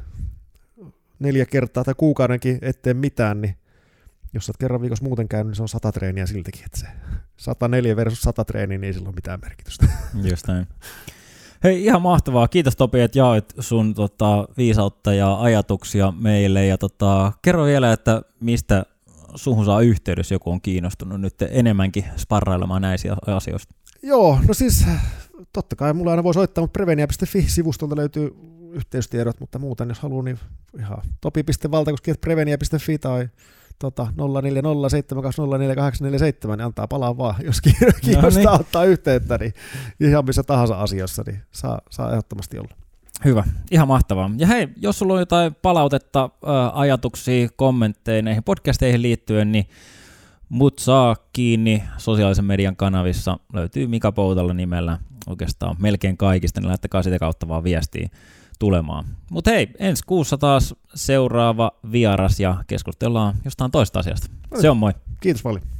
neljä kertaa tai kuukaudenkin et tee mitään, niin jos sä oot kerran viikossa muuten käynyt, niin se on sata treeniä siltikin, että se sata neljä versus sata treeniä, niin ei sillä ole mitään merkitystä. Just näin. Hei, ihan mahtavaa. Kiitos Topi, että jaoit sun tota, viisautta ja ajatuksia meille. Ja tota, kerro vielä, että mistä suhun saa yhteydessä, joku on kiinnostunut nyt enemmänkin sparrailemaan näistä asioista. Joo, no siis totta kai mulla aina voi soittaa, mutta prevenia piste fi-sivustolta löytyy yhteystiedot, mutta muuten jos haluaa, niin ihan topi piste valtakoski piste prevenia piste fi tai tota, nolla neljä nolla seitsemän kaksi nolla neljä kahdeksan neljä seitsemän, niin antaa palaa vaan, jos kiinnostaa no niin. ottaa yhteyttä, niin ihan missä tahansa asiassa, niin saa, saa ehdottomasti olla. Hyvä, ihan mahtavaa. Ja hei, jos sulla on jotain palautetta, ää, ajatuksia, kommentteja näihin podcasteihin liittyen, niin mut saa kiinni sosiaalisen median kanavissa, löytyy Mika Poutala nimellä oikeastaan melkein kaikista, niin laittakaa sitä kautta vaan viestiä tulemaan. Mutta hei, ensi kuussa taas seuraava vieras ja keskustellaan jostain toista asiasta. Se on moi. Kiitos paljon.